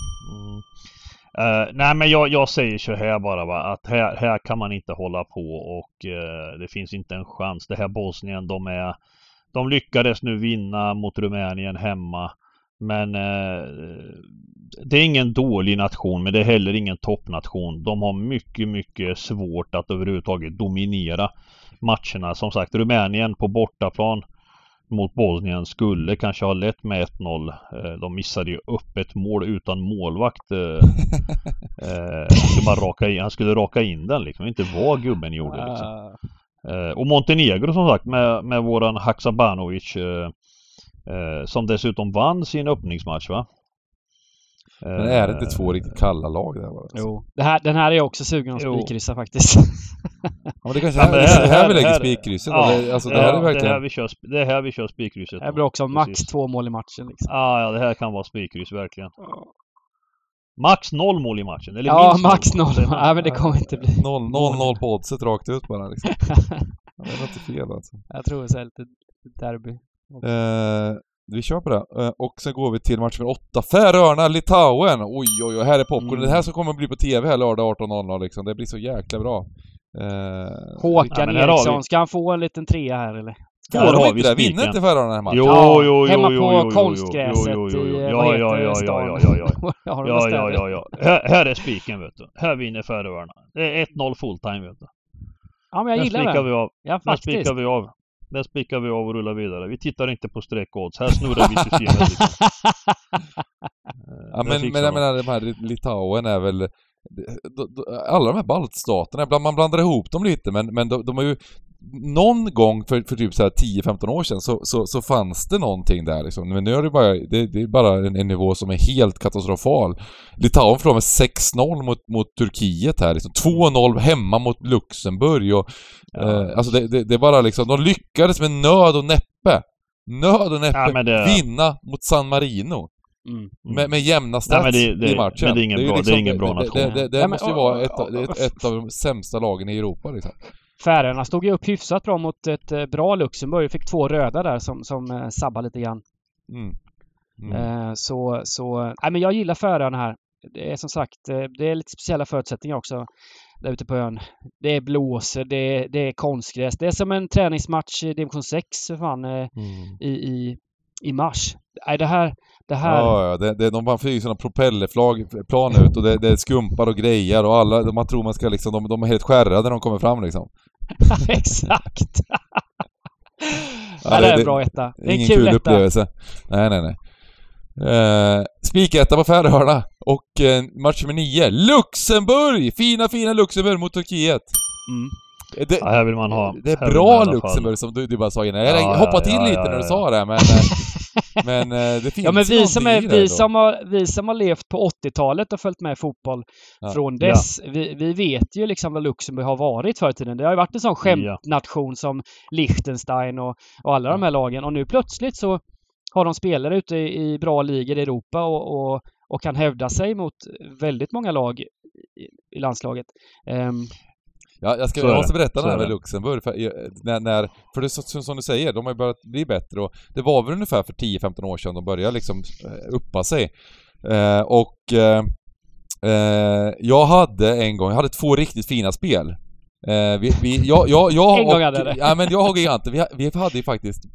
Nej, men jag säger så här bara, va? Att här kan man inte hålla på och det finns inte en chans. Det här Bosnien, de lyckades nu vinna mot Rumänien hemma. Men det är ingen dålig nation, men det är heller ingen toppnation. De har mycket, mycket svårt att överhuvudtaget dominera matcherna. Som sagt, Rumänien på bortaplan mot Bosnien skulle kanske ha lett med 1-0. De missade ju upp ett mål utan målvakt. Han skulle raka in den liksom. Inte vad gubben gjorde liksom. Och Montenegro som sagt med våran Haksabanovic som dessutom vann sin öppningsmatch, va? Men är det inte 2 riktigt kalla lag där? Alltså? Jo, den här är jag också sugen att spikkryssa faktiskt. Ja, det kanske här vi lägger spikkrysset. Alltså, det här är verkligen... det är här vi kör spikkrysset. Det blir också max 2 mål i matchen. Liksom. Ja, det här kan vara spikkryss, verkligen. Max 0 mål i matchen. Eller minst max 0. Nej, men det kommer inte bli. 0-0 på oddset rakt ut bara. Liksom. Det är inte fel alltså. Jag tror det är lite derby. Vi kör på det. Och sen går vi till match med 8. Färöarna, Litauen. Oj, här är popcorn. Det här som kommer att bli på tv här lördag 18.00 liksom. Det blir så jäkla bra. Håkan Eriksson, ska han få en liten 3 här eller? Får de inte det? Vinner inte Färöarna den här matchen? Jo. Hemma på konstgräset. Ja. Här är spiken, vet du. Här vinner Färöarna. Det är 1-0 fulltime, vet du. Ja, men jag gillar det. Den spikar vi av och rullar vidare. Vi tittar inte på sträckodds. Här snurrar vi systemet liksom. Men jag menar, de här Litauen är väl... Alla de här baltstaterna, man blandar ihop dem lite, men de har ju... Någon gång för typ så här 10-15 år sedan så fanns det någonting där liksom. Men nu är det bara en nivå som är helt katastrofal. Litauen förlorade med 6-0 mot Turkiet här liksom. 2-0 hemma mot Luxemburg och alltså det är bara liksom, de lyckades med nöd och näppe vinna mot San Marino. Med jämna stats i matchen. Men det är ingen bra nation. Det måste ju vara ett av de sämsta lagen i Europa liksom. Färöarna stod ju upp hyfsat bra mot ett bra Luxemburg. Fick 2 röda där som sabbar lite grann. Nej, men jag gillar Färöarna här. Det är som sagt, det är lite speciella förutsättningar också där ute på ön. Det är blåser, det är konstgräs. Det är som en träningsmatch i division 6 i mars. Nej, det här... Ja, de flyger sådana propellerplan ut och det är skumpar och grejer och alla, man tror man ska liksom, de är helt skärrade när de kommer fram liksom. Exakt. Det är en bra etta. Det är ingen kul upplevelse. Nej. Spiketta på Färöarna och match med 9. Luxemburg! Fina Luxemburg mot Turkiet. Här vill man ha. Det är bra Luxemburg som du bara sa innan. Jag hoppade till lite när du sa det, men det finns men vi som har levt på 80-talet och följt med fotboll från dess. Vi vet ju liksom vad Luxemburg har varit förr i tiden. Det har ju varit en sån skämtnation som Liechtenstein och alla de här lagen. Och nu plötsligt så har de spelare ute i bra ligor i Europa och kan hävda sig mot väldigt många lag i landslaget. Ja, jag måste berätta det här med Luxemburg för det är som du säger, de har ju börjat bli bättre och det var väl ungefär för 10-15 år sedan de började liksom uppa sig. Jag hade 2 riktigt fina spel. Jag och giganter, vi hade ju faktiskt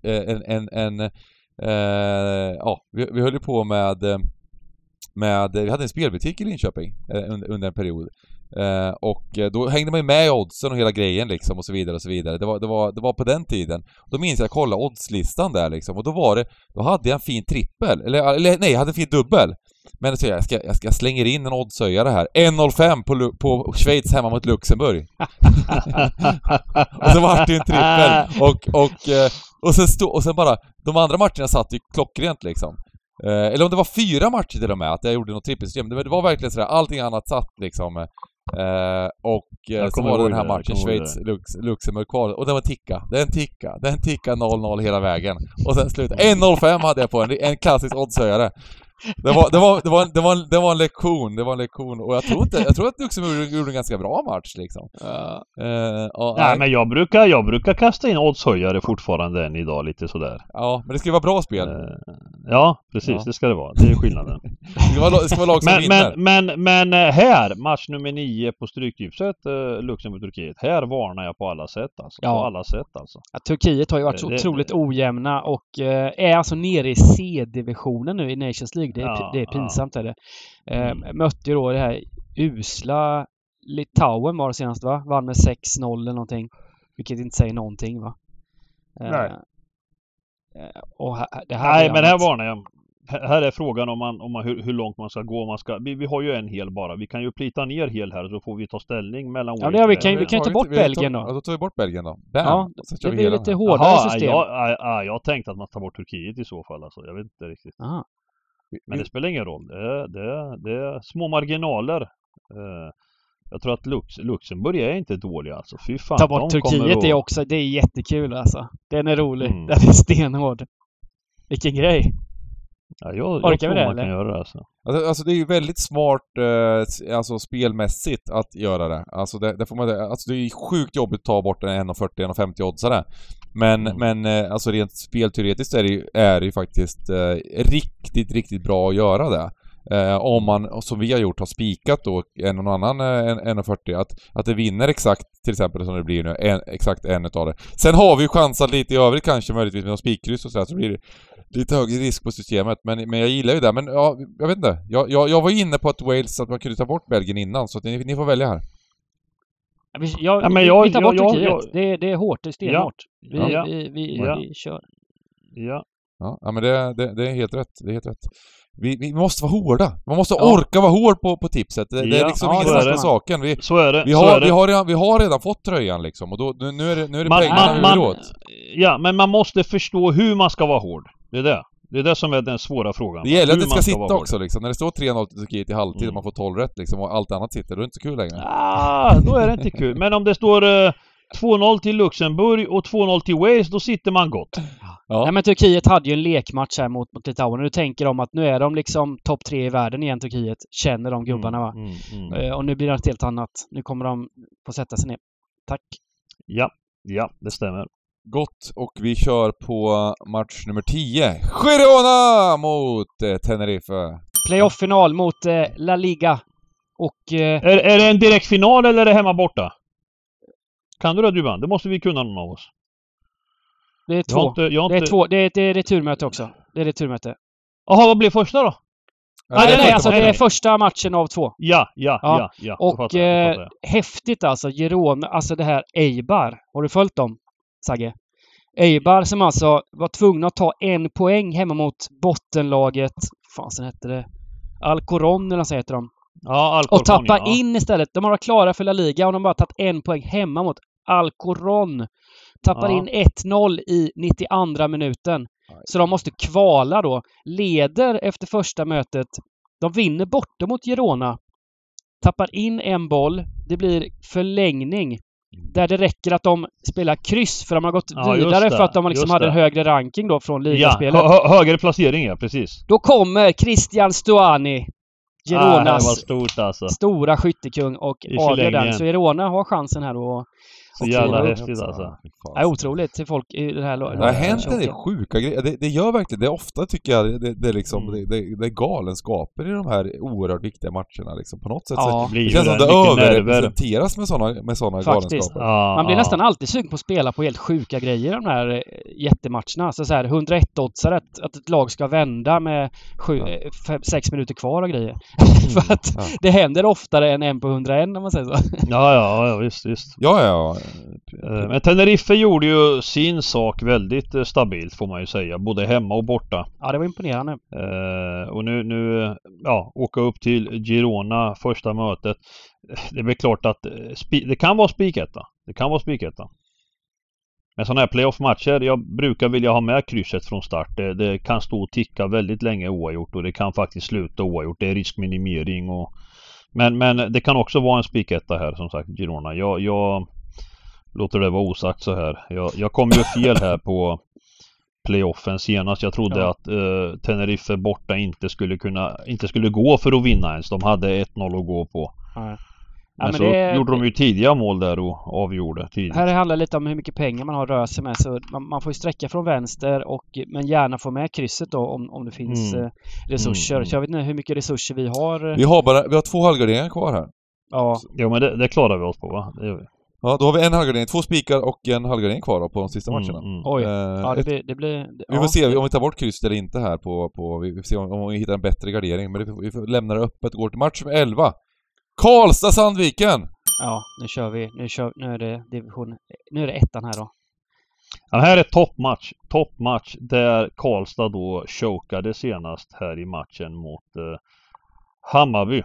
vi höll på med vi hade en spelbutik i Linköping under en period. Och då hängde man ju med i oddsen och hela grejen liksom och så vidare och så vidare. Det var på den tiden. Då minns jag att kolla oddslistan där liksom, och då hade jag en fin trippel eller nej, jag hade en fin dubbel. Men så jag slänger in en oddshöjare här. 1,05 på Schweiz hemma mot Luxemburg. Och så var det ju en trippel och sen bara de andra matcherna satt ju klockrent liksom. Eller om det var 4 matcher till och med att jag gjorde något trippelsystem. Det var verkligen sådär, allting annat satt liksom. Så var det den här matchen Schweiz Luxemburg kvar, och det var den ticka 0-0 hela vägen. Och sen slut 1,05 hade jag på en klassisk oddshöjare. Det var en lektion, och jag tror att Luxemburg gjorde en ganska bra match liksom. Nej, men jag brukar kasta in oddshöjare fortfarande än idag lite sådär. Ja, men det ska vara bra spel. Ja, precis, ja. Det ska det vara. Det är skillnaden. Det ska vara lag som vinner. Men här, match nummer 9 på Stryktipset, Luxemburg-Turkiet. Här varnar jag på alla sätt alltså. Ja. På alla sätt alltså. Ja, Turkiet har ju varit så otroligt ojämna och är alltså nere i C-divisionen nu i Nations League. Det är pinsamt är det. Mötte ju då det här usla Litauen var det senast, va? Vann med 6-0 eller någonting. Vilket inte säger någonting, va? Nej. Och nej, men här varnar jag. Här är frågan om hur långt man ska gå. Vi har ju en hel bara. Vi kan ju plita ner hel här, så får vi ta ställning mellan. Ja, vi kan ta bort Belgien då. Ja, då tar vi bort Belgien då. Ja, det blir lite hårdare system. Jag tänkte att man tar bort Turkiet i så fall. Alltså. Jag vet inte riktigt. Aha. Men det spelar ingen roll. Det är små marginaler. Jag tror att Luxemburg är inte dåliga alltså. Fy fan. Ta bort Turkiet är också, det är jättekul alltså. Den är rolig. Den är stenhård. Vilken grej. Ja, jag tror man kan göra det alltså. Alltså det är ju väldigt smart alltså spelmässigt att göra det. Alltså det får man, alltså det är sjukt jobbigt att ta bort en 1,40-1,50 oddsare. Men alltså rent spelteoretiskt är det ju faktiskt riktigt bra att göra det. Om man, som vi har gjort, har spikat då någon annan 1,40 att det vinner exakt, till exempel som det blir nu, exakt en utav det. Sen har vi ju chansat lite i övrigt kanske möjligtvis med någon spikkryss och så blir det lite högre risk på systemet, men jag gillar ju det. Men ja, jag vet inte. Jag var inne på att Wales, att man kunde ta bort Belgien innan, så att ni får välja här. Vi tar bort Turkiet. Det är hårt, det är stenhårt. Vi kör. Ja, men det är helt rätt. Det är helt rätt. Vi måste vara hårda. Man måste orka vara hård på tipset. Det är liksom ingen snack med saken. Så är det. Vi har redan fått tröjan liksom, och då nu är det pengarna vi åt. Ja, men man måste förstå hur man ska vara hård. Det är det som är den svåra frågan. Det gäller att det ska sitta också liksom. När det står 3-0 till Turkiet i halvtid och man får 12 rätt liksom, och allt annat sitter, då är det inte så kul längre. Då är det inte kul. Men om det står 2-0 till Luxemburg och 2-0 till Wales, då sitter man gott. Ja. Nej, men Turkiet hade ju en lekmatch här mot Litauen. Nu tänker de att nu är de liksom topp 3 i världen igen, Turkiet. Känner de gubbarna, va? Och nu blir det något helt annat. Nu kommer de få sätta sig ner. Tack. Ja, det stämmer. Gott, och vi kör på match nummer 10. Girona mot Tenerife. Playoff-final mot La Liga. Och är det en direktfinal eller är det hemma borta? Kan du det, Duban? Det måste vi kunna, någon av oss. Det är 2. Det är returmöte också. Det är returmöte. Jaha, vad blir första då? Nej, alltså det är första matchen av 2. Ja. Och häftigt alltså, Girona, alltså det här Eibar. Har du följt dem, Sagge? Eibar som alltså var tvungna att ta 1 poäng hemma mot bottenlaget. Fasen hette det. Alcorcón eller så heter de. Ja, Alcorcón. Och tappa in istället. De har varit klara för La Liga och de har bara tagit 1 poäng hemma mot Alcorcón. Tappar in 1-0 i 92 minuten. Så de måste kvala då. Leder efter första mötet. De vinner borta mot Girona. Tappar in en boll. Det blir förlängning. Där det räcker att de spelar kryss. För de har gått vidare för att de liksom hade en högre ranking då från ligaspelet. Högre placering, ja, precis. Då kommer Christian Stuani. Gironas stort, alltså. Stora skyttekung och avgör den. Så Girona har chansen här då Så jävla häftigt alltså. Ja, otroligt till folk i det här laget. Det har hänt en del sjuka grejer. Det gör verkligen, det är ofta tycker jag, det är liksom, det är galenskaper i de här oerhört viktiga matcherna liksom. På något sätt så det känns som det överrepresenteras med såna galenskaper. Man blir nästan alltid sugen på att spela på helt sjuka grejer de här jättematcherna. Så här 101-oddsare att ett lag ska vända med 6 minuter kvar och grejer. För att det händer oftare än 1 på 101 om man säger så. Ja, visst. Ja. Men Tenerife gjorde ju sin sak väldigt stabilt får man ju säga, både hemma och borta. Ja, det var imponerande. Och nu åka upp till Girona första mötet. Det är väl klart att det kan vara spiketta. Men sådana här playoff-matcher, jag brukar vilja ha med krysset från start. Det kan stå och ticka väldigt länge oavgjort och det kan faktiskt sluta oavgjort. Det är riskminimering men det kan också vara en spiketta här som sagt, Girona. Jag låter det vara osagt så här. Jag kom ju fel här på playoffen senast. Jag trodde att Tenerife borta inte skulle gå för att vinna ens. De hade 1-0 att gå på. Men så gjorde de ju tidiga mål där och avgjorde tidigt. Här handlar lite om hur mycket pengar man har att röra sig med. Så man får ju sträcka från vänster men gärna få med krysset då om det finns resurser. Så jag vet inte hur mycket resurser vi har. Vi har 2 halvgarderingar kvar här. Ja. Jo men det klarar vi oss på va? Det gör vi. Ja, då har vi en halvgardering, 2 spikar och en halvgardering kvar då på de sista matcherna. Oj, det blir... Vi får se om vi tar bort krysset eller inte här vi får se om vi hittar en bättre gardering. Men vi får lämna det öppet och går till match med 11. Karlstad-Sandviken! Ja, nu kör vi. Nu är det division... Nu är det 1:an här då. Ja, här är toppmatch där Karlstad då chokade senast här i matchen mot Hammarby.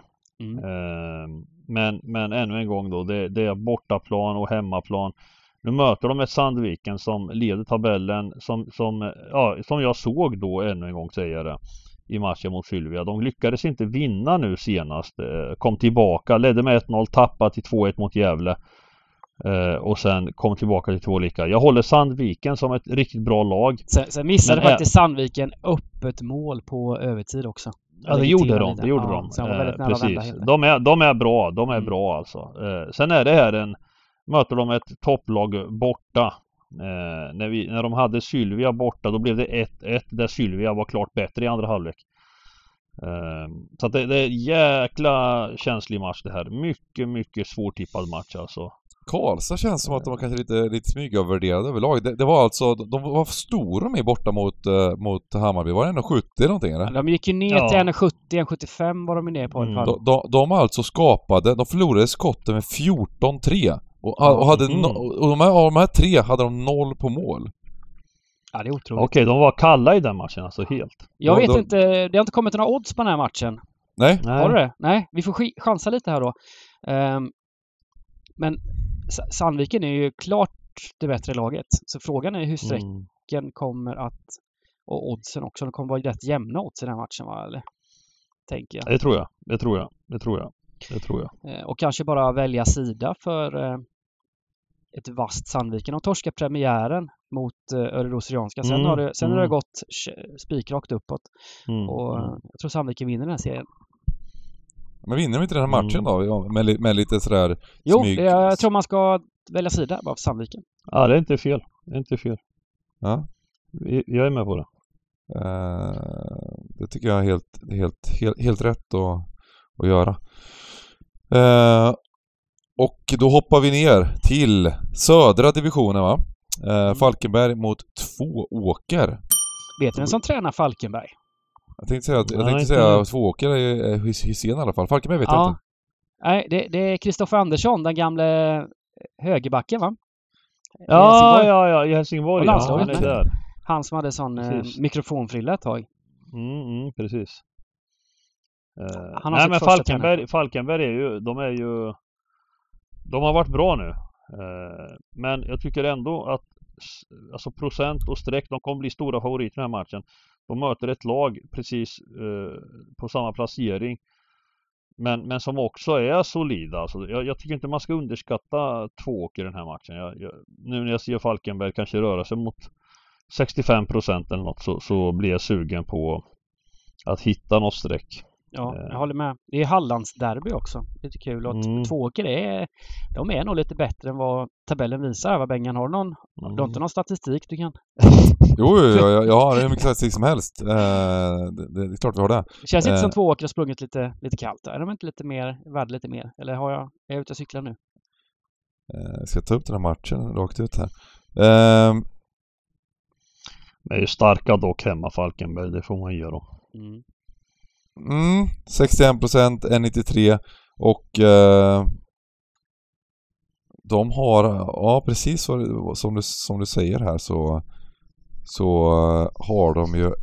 Men ännu en gång då, det är bortaplan och hemmaplan. Nu möter de ett Sandviken som leder tabellen som jag såg då ännu en gång säger jag det, i matchen mot Sylvia. De lyckades inte vinna nu senast. Kom tillbaka, ledde med 1-0, tappade till 2-1 mot Gävle. Och sen kom tillbaka till 2 lika. Jag håller Sandviken som ett riktigt bra lag. Sen missade faktiskt Sandviken öppet mål på övertid också. Ja, det gjorde de. Precis. De är bra alltså. Sen är det här möter de ett topplag borta. När de hade Sylvia borta då blev det 1-1 där Sylvia var klart bättre i andra halvlek. Så att det är en jäkla känslig match det här. Mycket, mycket svårtippad match alltså. Karlstad känns som att de var kanske lite smygövervärderade överlag. Det var alltså, de var stora med borta mot Hammarby. Var det 1,70 någonting eller? De gick ju ner till 1,70, 1,75 var de ner på i alla fall. De alltså de förlorade skotten med 14-3. Och de här 3 hade de 0 på mål. Ja, det är otroligt. Okej, de var kalla i den matchen alltså helt. Jag vet inte, det har inte kommit några odds på den här matchen. Nej. Har du det? Nej, vi får chansa lite här då. Men Sandviken är ju klart det bättre laget. Så frågan är hur sträcken kommer att... Och oddsen också. De kommer vara rätt jämna odds i den här matchen va? Eller? Tänker jag. Det tror jag. Och kanske bara välja sida för ett vasst Sandviken. De torskar premiären mot Örebro Syrianska. Sen har det gått spikrakt uppåt. Och jag tror Sandviken vinner den här serien. Men vinner vi inte den här matchen då? Med lite sådär smyg... Jo, jag tror man ska välja sida bara för Sandviken. Ja, det är inte fel. Ja. Jag är med på det. Det tycker jag är helt rätt att göra. Och då hoppar vi ner till södra divisionen va? Falkenberg mot 2 Åker. Vet du vem som tränar Falkenberg? Jag tänkte säga 2 Åker är Hysén i alla fall. Falkenberg vet jag inte. Nej, det är Kristoffer Andersson, den gamla högerbacken va? Ja, i Helsingborg. Han som hade sån mikrofonfrilla ett tag. Precis. Nej men Falkenberg är ju, de har varit bra nu. Men jag tycker ändå att alltså procent och streck, de kommer bli stora favoriter i den här matchen. De möter ett lag precis på samma placering. Men som också är solida. Alltså, jag tycker inte man ska underskatta 2 Åker i den här matchen. Nu när jag ser Falkenberg kanske röra sig mot 65% eller något så blir jag sugen på att hitta något streck. Ja, jag håller med. Det är Hallandsderby också. Lite kul. Och Tvååker de är nog lite bättre än vad tabellen visar. Vad Bengan har någon. Du har inte någon statistik du kan? Jo, jag har hur mycket statistik som helst. Det är klart vi har det. Det känns inte som Tvååker har sprungit lite kallt. Är de inte lite mer, värd lite mer? Eller är jag ute och cyklar nu? Jag ska ta upp den här matchen rakt ut här. Det är ju starka dock hemma Falkenberg, det får man göra. 61%, 1,93 och de har, ja precis som du säger här så har de ju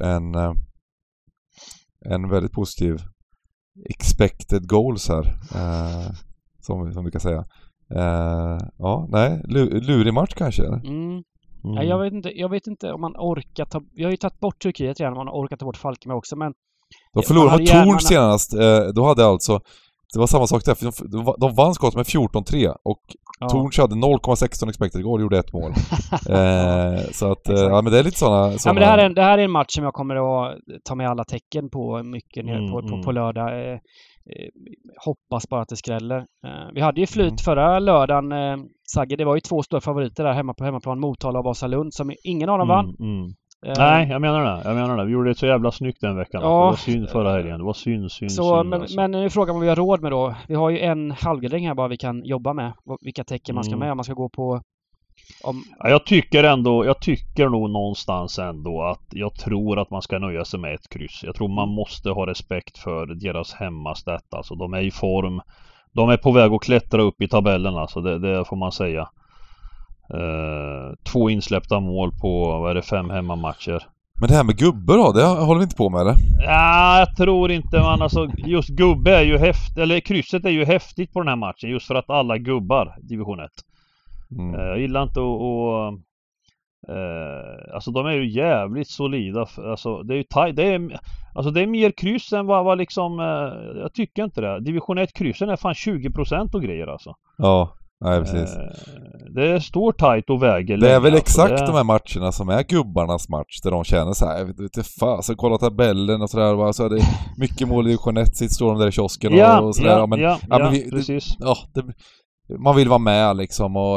en väldigt positiv expected goals här som vi kan säga. Ja, nej, lurig match kanske. Ja, jag vet inte om man orkar vi har ju tagit bort Turkiet redan, man har orkat ta bort Falkenberg också, men de förlorade mot Torn senast. Då hade alltså det var samma sak där, för de vann skott med 14-3 och Torns hade 0,16 expected goal och gjorde ett mål. Så att ja, men det är lite såna. Ja, men det här är en match som jag kommer att ta med alla tecken på mycket på lördag. Hoppas bara att det skräller. Vi hade ju flyt förra lördagen, Sagge, det var ju 2 stora favoriter där hemma på hemmaplan, Motala och Vasalund, som ingen av dem vann. Nej, jag menar det. Vi gjorde det så jävla snyggt den veckan. Ja. Det var synd förra helgen. Det var synd. Så, men nu är frågan vad vi har råd med då. Vi har ju en halvgardering här bara vi kan jobba med. Vilka tecken man ska med om man ska gå på... Ja, jag tycker nog någonstans ändå att jag tror att man ska nöja sig med ett kryss. Jag tror man måste ha respekt för deras hemmastat. Alltså, de är i form. De är på väg att klättra upp i tabellen. Alltså, det får man säga. 2 insläppta mål på 5 hemmamatcher. Men det här med gubbar då, det håller vi inte på med eller? Ja, jag tror inte man, alltså just gubbe är ju häftigt, eller krysset är ju häftigt på den här matchen just för att alla gubbar division 1. Jag gillar inte alltså de är ju jävligt solida, alltså det är ju det är mer kryss än vad liksom jag tycker inte det. Division 1 kryssen är fan 20% och grejer alltså. Ja. Nej, precis. Det står tajt och väger. Det är väl exakt de här matcherna som är gubbarnas match där de känner så här, jag vet inte fan, så kolla tabellen och sådär, så är det mycket mål i division 1, sitt står de där i kiosken och sådär. Men precis. Man vill vara med liksom och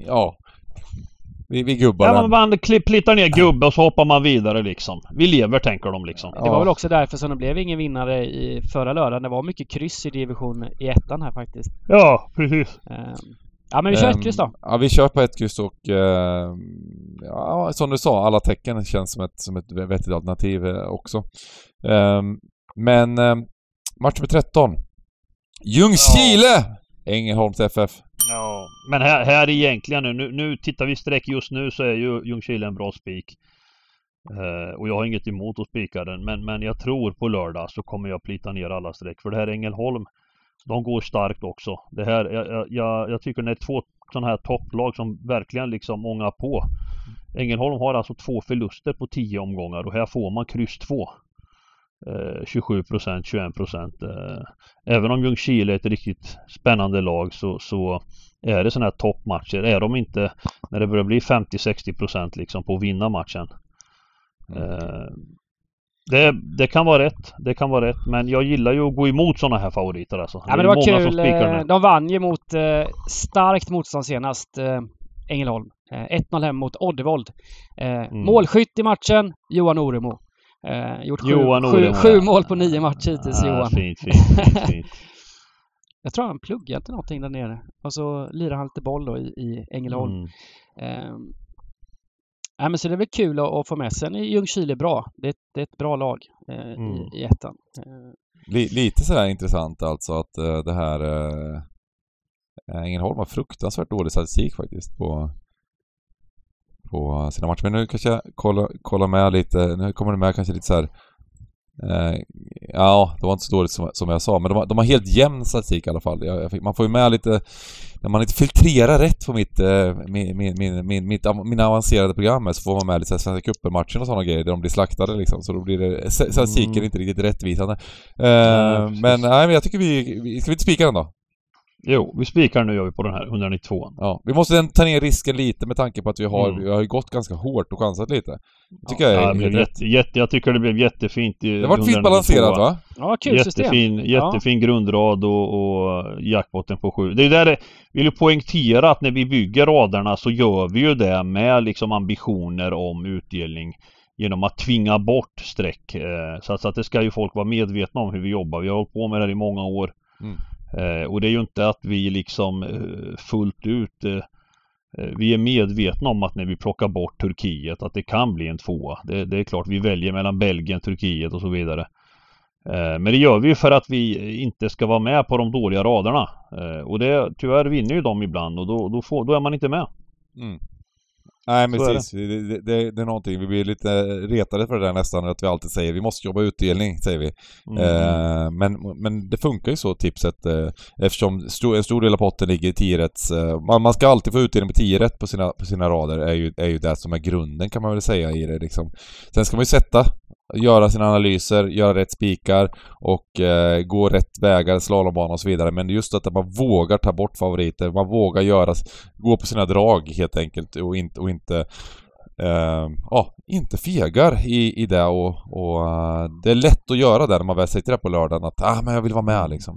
vi gubbar. Ja, man plittar ner gubbe och så hoppar man vidare liksom. Vi lever, tänker de liksom. Det var väl också därför som det blev ingen vinnare i förra lördagen. Det var mycket kryss i division i ettan här faktiskt. Ja, precis. Ja, men vi kör ett kryss då. Ja, vi kör på ett kryss och som du sa, alla tecken känns som ett vettigt alternativ också. Men match med 13. Ljungskile! Ängelholms FF. Ja, men här egentligen nu tittar vi streck just nu så är ju Ljungskile en bra spik. Och jag har inget emot att spika den, men jag tror på lördag så kommer jag plita ner alla streck, för det här Ängelholm, de går starkt också. Det här, jag tycker det är 2 sådana här topplag som verkligen liksom ångar på. Ängelholm har alltså 2 förluster på 10 omgångar och här får man kryss 2. 27%, 21%. Även om Ljungskile är ett riktigt spännande lag så är det sådana här toppmatcher. Är de inte när det börjar bli 50-60% liksom på att vinna matchen. Det kan vara rätt. Det kan vara rätt. Men jag gillar ju att gå emot sådana här favoriter alltså. Ja, men det var kul. De vann ju mot starkt motstånd senast, Ängelholm. 1-0 hem mot Oddevold. Målskytt i matchen, Johan Oremo. Gjort 7 mål på 9 matcher hittills, Johan. Fint. Jag tror han pluggade till någonting där nere. Och så lirar han lite boll då i Ängelholm. Men så det är väl kul att få med. Sen är Ljungskile bra. Det är ett bra lag i ettan. Lite sådär intressant alltså att det här Ängelholm har fruktansvärt dålig statistik faktiskt på sina matcher. Men nu kanske jag kolla med lite. Nu kommer det med kanske lite så här. Ja, det var inte så dåligt som jag sa, men de har helt jämn statistik i alla fall. Man får ju med lite när man inte filtrerar rätt på mina avancerade program, så får man med lite Svenska cupen-matchen och sådana grejer där de blir slaktade liksom, så då blir det statistiken inte riktigt rättvisande. Men jag tycker vi ska vi inte spika den då? Jo, vi spikar nu gör vi på den här 192. Ja, vi måste ta ner risken lite med tanke på att vi har gått ganska hårt och chansat lite. Tycker jag tycker det blev jättefint. Det var fint balanserat, va? Ja, kul system. Jättefin grundrad och jackpotten på 7. Det är där vill ju poängtera att när vi bygger raderna så gör vi ju det med liksom ambitioner om utdelning genom att tvinga bort streck. Så att det ska ju folk vara medvetna om hur vi jobbar. Vi har hållit på med det här i många år. Och det är ju inte att vi liksom fullt ut vi är medvetna om att när vi plockar bort Turkiet att det kan bli en 2. Det är klart vi väljer mellan Belgien, Turkiet och så vidare. Men det gör vi ju för att vi inte ska vara med på de dåliga raderna. Och det tyvärr vinner ju de ibland och då är man inte med. Nej, men precis. Det är någonting. Vi blir lite retade för det där nästan, att vi alltid säger vi måste jobba utdelning, säger vi. Men det funkar ju så, tipset, eftersom en stor del av potten ligger i 10-rätts. Man ska alltid få utdelning på 10-rätt på sina rader, är ju det som är grunden, kan man väl säga i det liksom. Sen ska man ju göra sina analyser, göra rätt spikar och gå rätt vägar, slalombana och så vidare. Men just att man vågar ta bort favoriter, man vågar gå på sina drag helt enkelt och inte fegar i det och det är lätt att göra det när man väl sitter där på lördagen att men jag vill vara med liksom.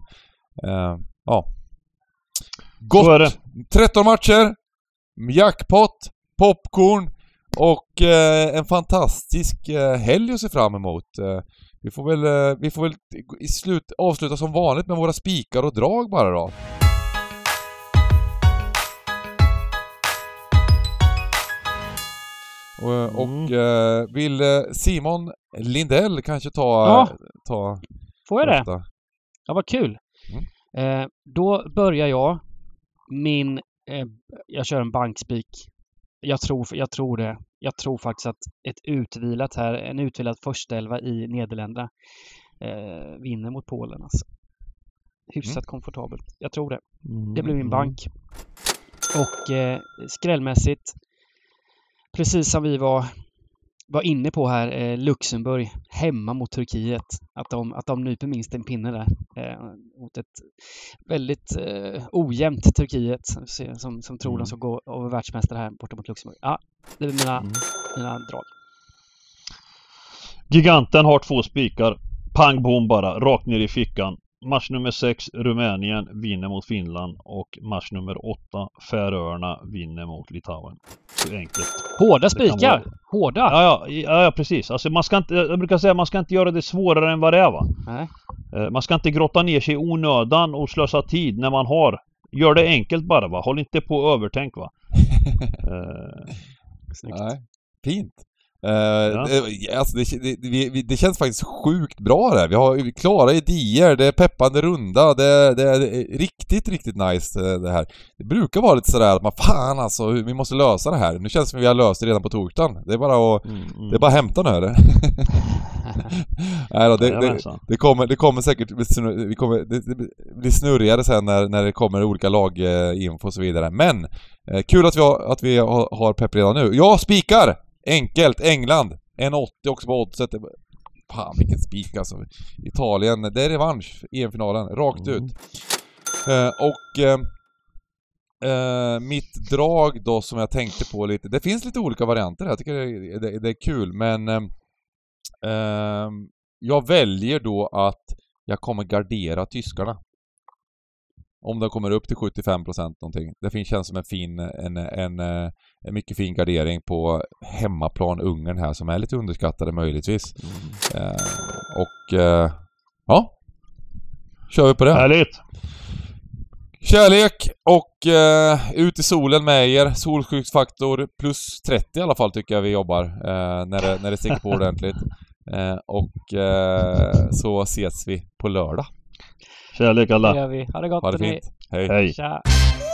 Gott! 13 matcher, jackpot, popcorn och en fantastisk helg att se fram emot. Vi får väl avsluta som vanligt med våra spikar och drag bara då. Och vill Simon Lindell kanske ta får jag det? Ja, vad kul. Då börjar jag jag kör en bankspik. Jag tror det. Jag tror faktiskt att en utvilad första elva i Nederländerna vinner mot Polen alltså. Hyfsat komfortabelt. Jag tror det. Det blir min bank. Och skrällmässigt, precis som vi var inne på här, Luxemburg hemma mot Turkiet. Att de nyper minst en pinne där mot ett väldigt ojämnt Turkiet som tror de ska gå över världsmästare här borta mot Luxemburg. Ja, det är mina drag. Giganten har 2 spikar. Pang bom bara, rakt ner i fickan. Match nummer 6, Rumänien vinner mot Finland och match nummer 8, Färöarna vinner mot Litauen. Så enkelt. Hårda spikar. Hårda. Ja, precis. Alltså jag brukar säga man ska inte göra det svårare än vad det är, va? Nej. Man ska inte grotta ner sig i onödan och slösa tid när man gör det enkelt bara, va? Håll inte på och övertänk, va? Snyggt. Nej, fint. Alltså det känns faktiskt sjukt bra där. Vi har klara idéer, det är peppande runda, det är riktigt, riktigt nice det här. Det brukar vara lite sådär att man alltså, vi måste lösa det här. Nu känns det som att vi har löst det redan på torsdagen. Det är bara det är bara att hämta nu, eller? Nej då, det kommer säkert det blir snurrigare sen när det kommer olika laginfo och så vidare. Men kul att vi har pepp redan nu. Jag spikar! Enkelt, England 1,80 också på oddset. Fan, vilken spik alltså. Italien, det är revansch i EM-finalen, rakt ut. Mitt drag då som jag tänkte på lite. Det finns lite olika varianter här. Jag tycker det är kul, men jag väljer då att jag kommer gardera tyskarna. Om de kommer upp till 75% någonting. Det känns som en mycket fin gardering på hemmaplan Ungern här som är lite underskattade möjligtvis. Kör vi på det. Härligt. Kärlek och ut i solen med er. Solskyddsfaktor plus 30 i alla fall tycker jag vi jobbar när det sticker på ordentligt. Så ses vi på lördag. Kärlek alla. Det gör vi. Ha det gott. Ha det fint. Hej. Hej. Tja.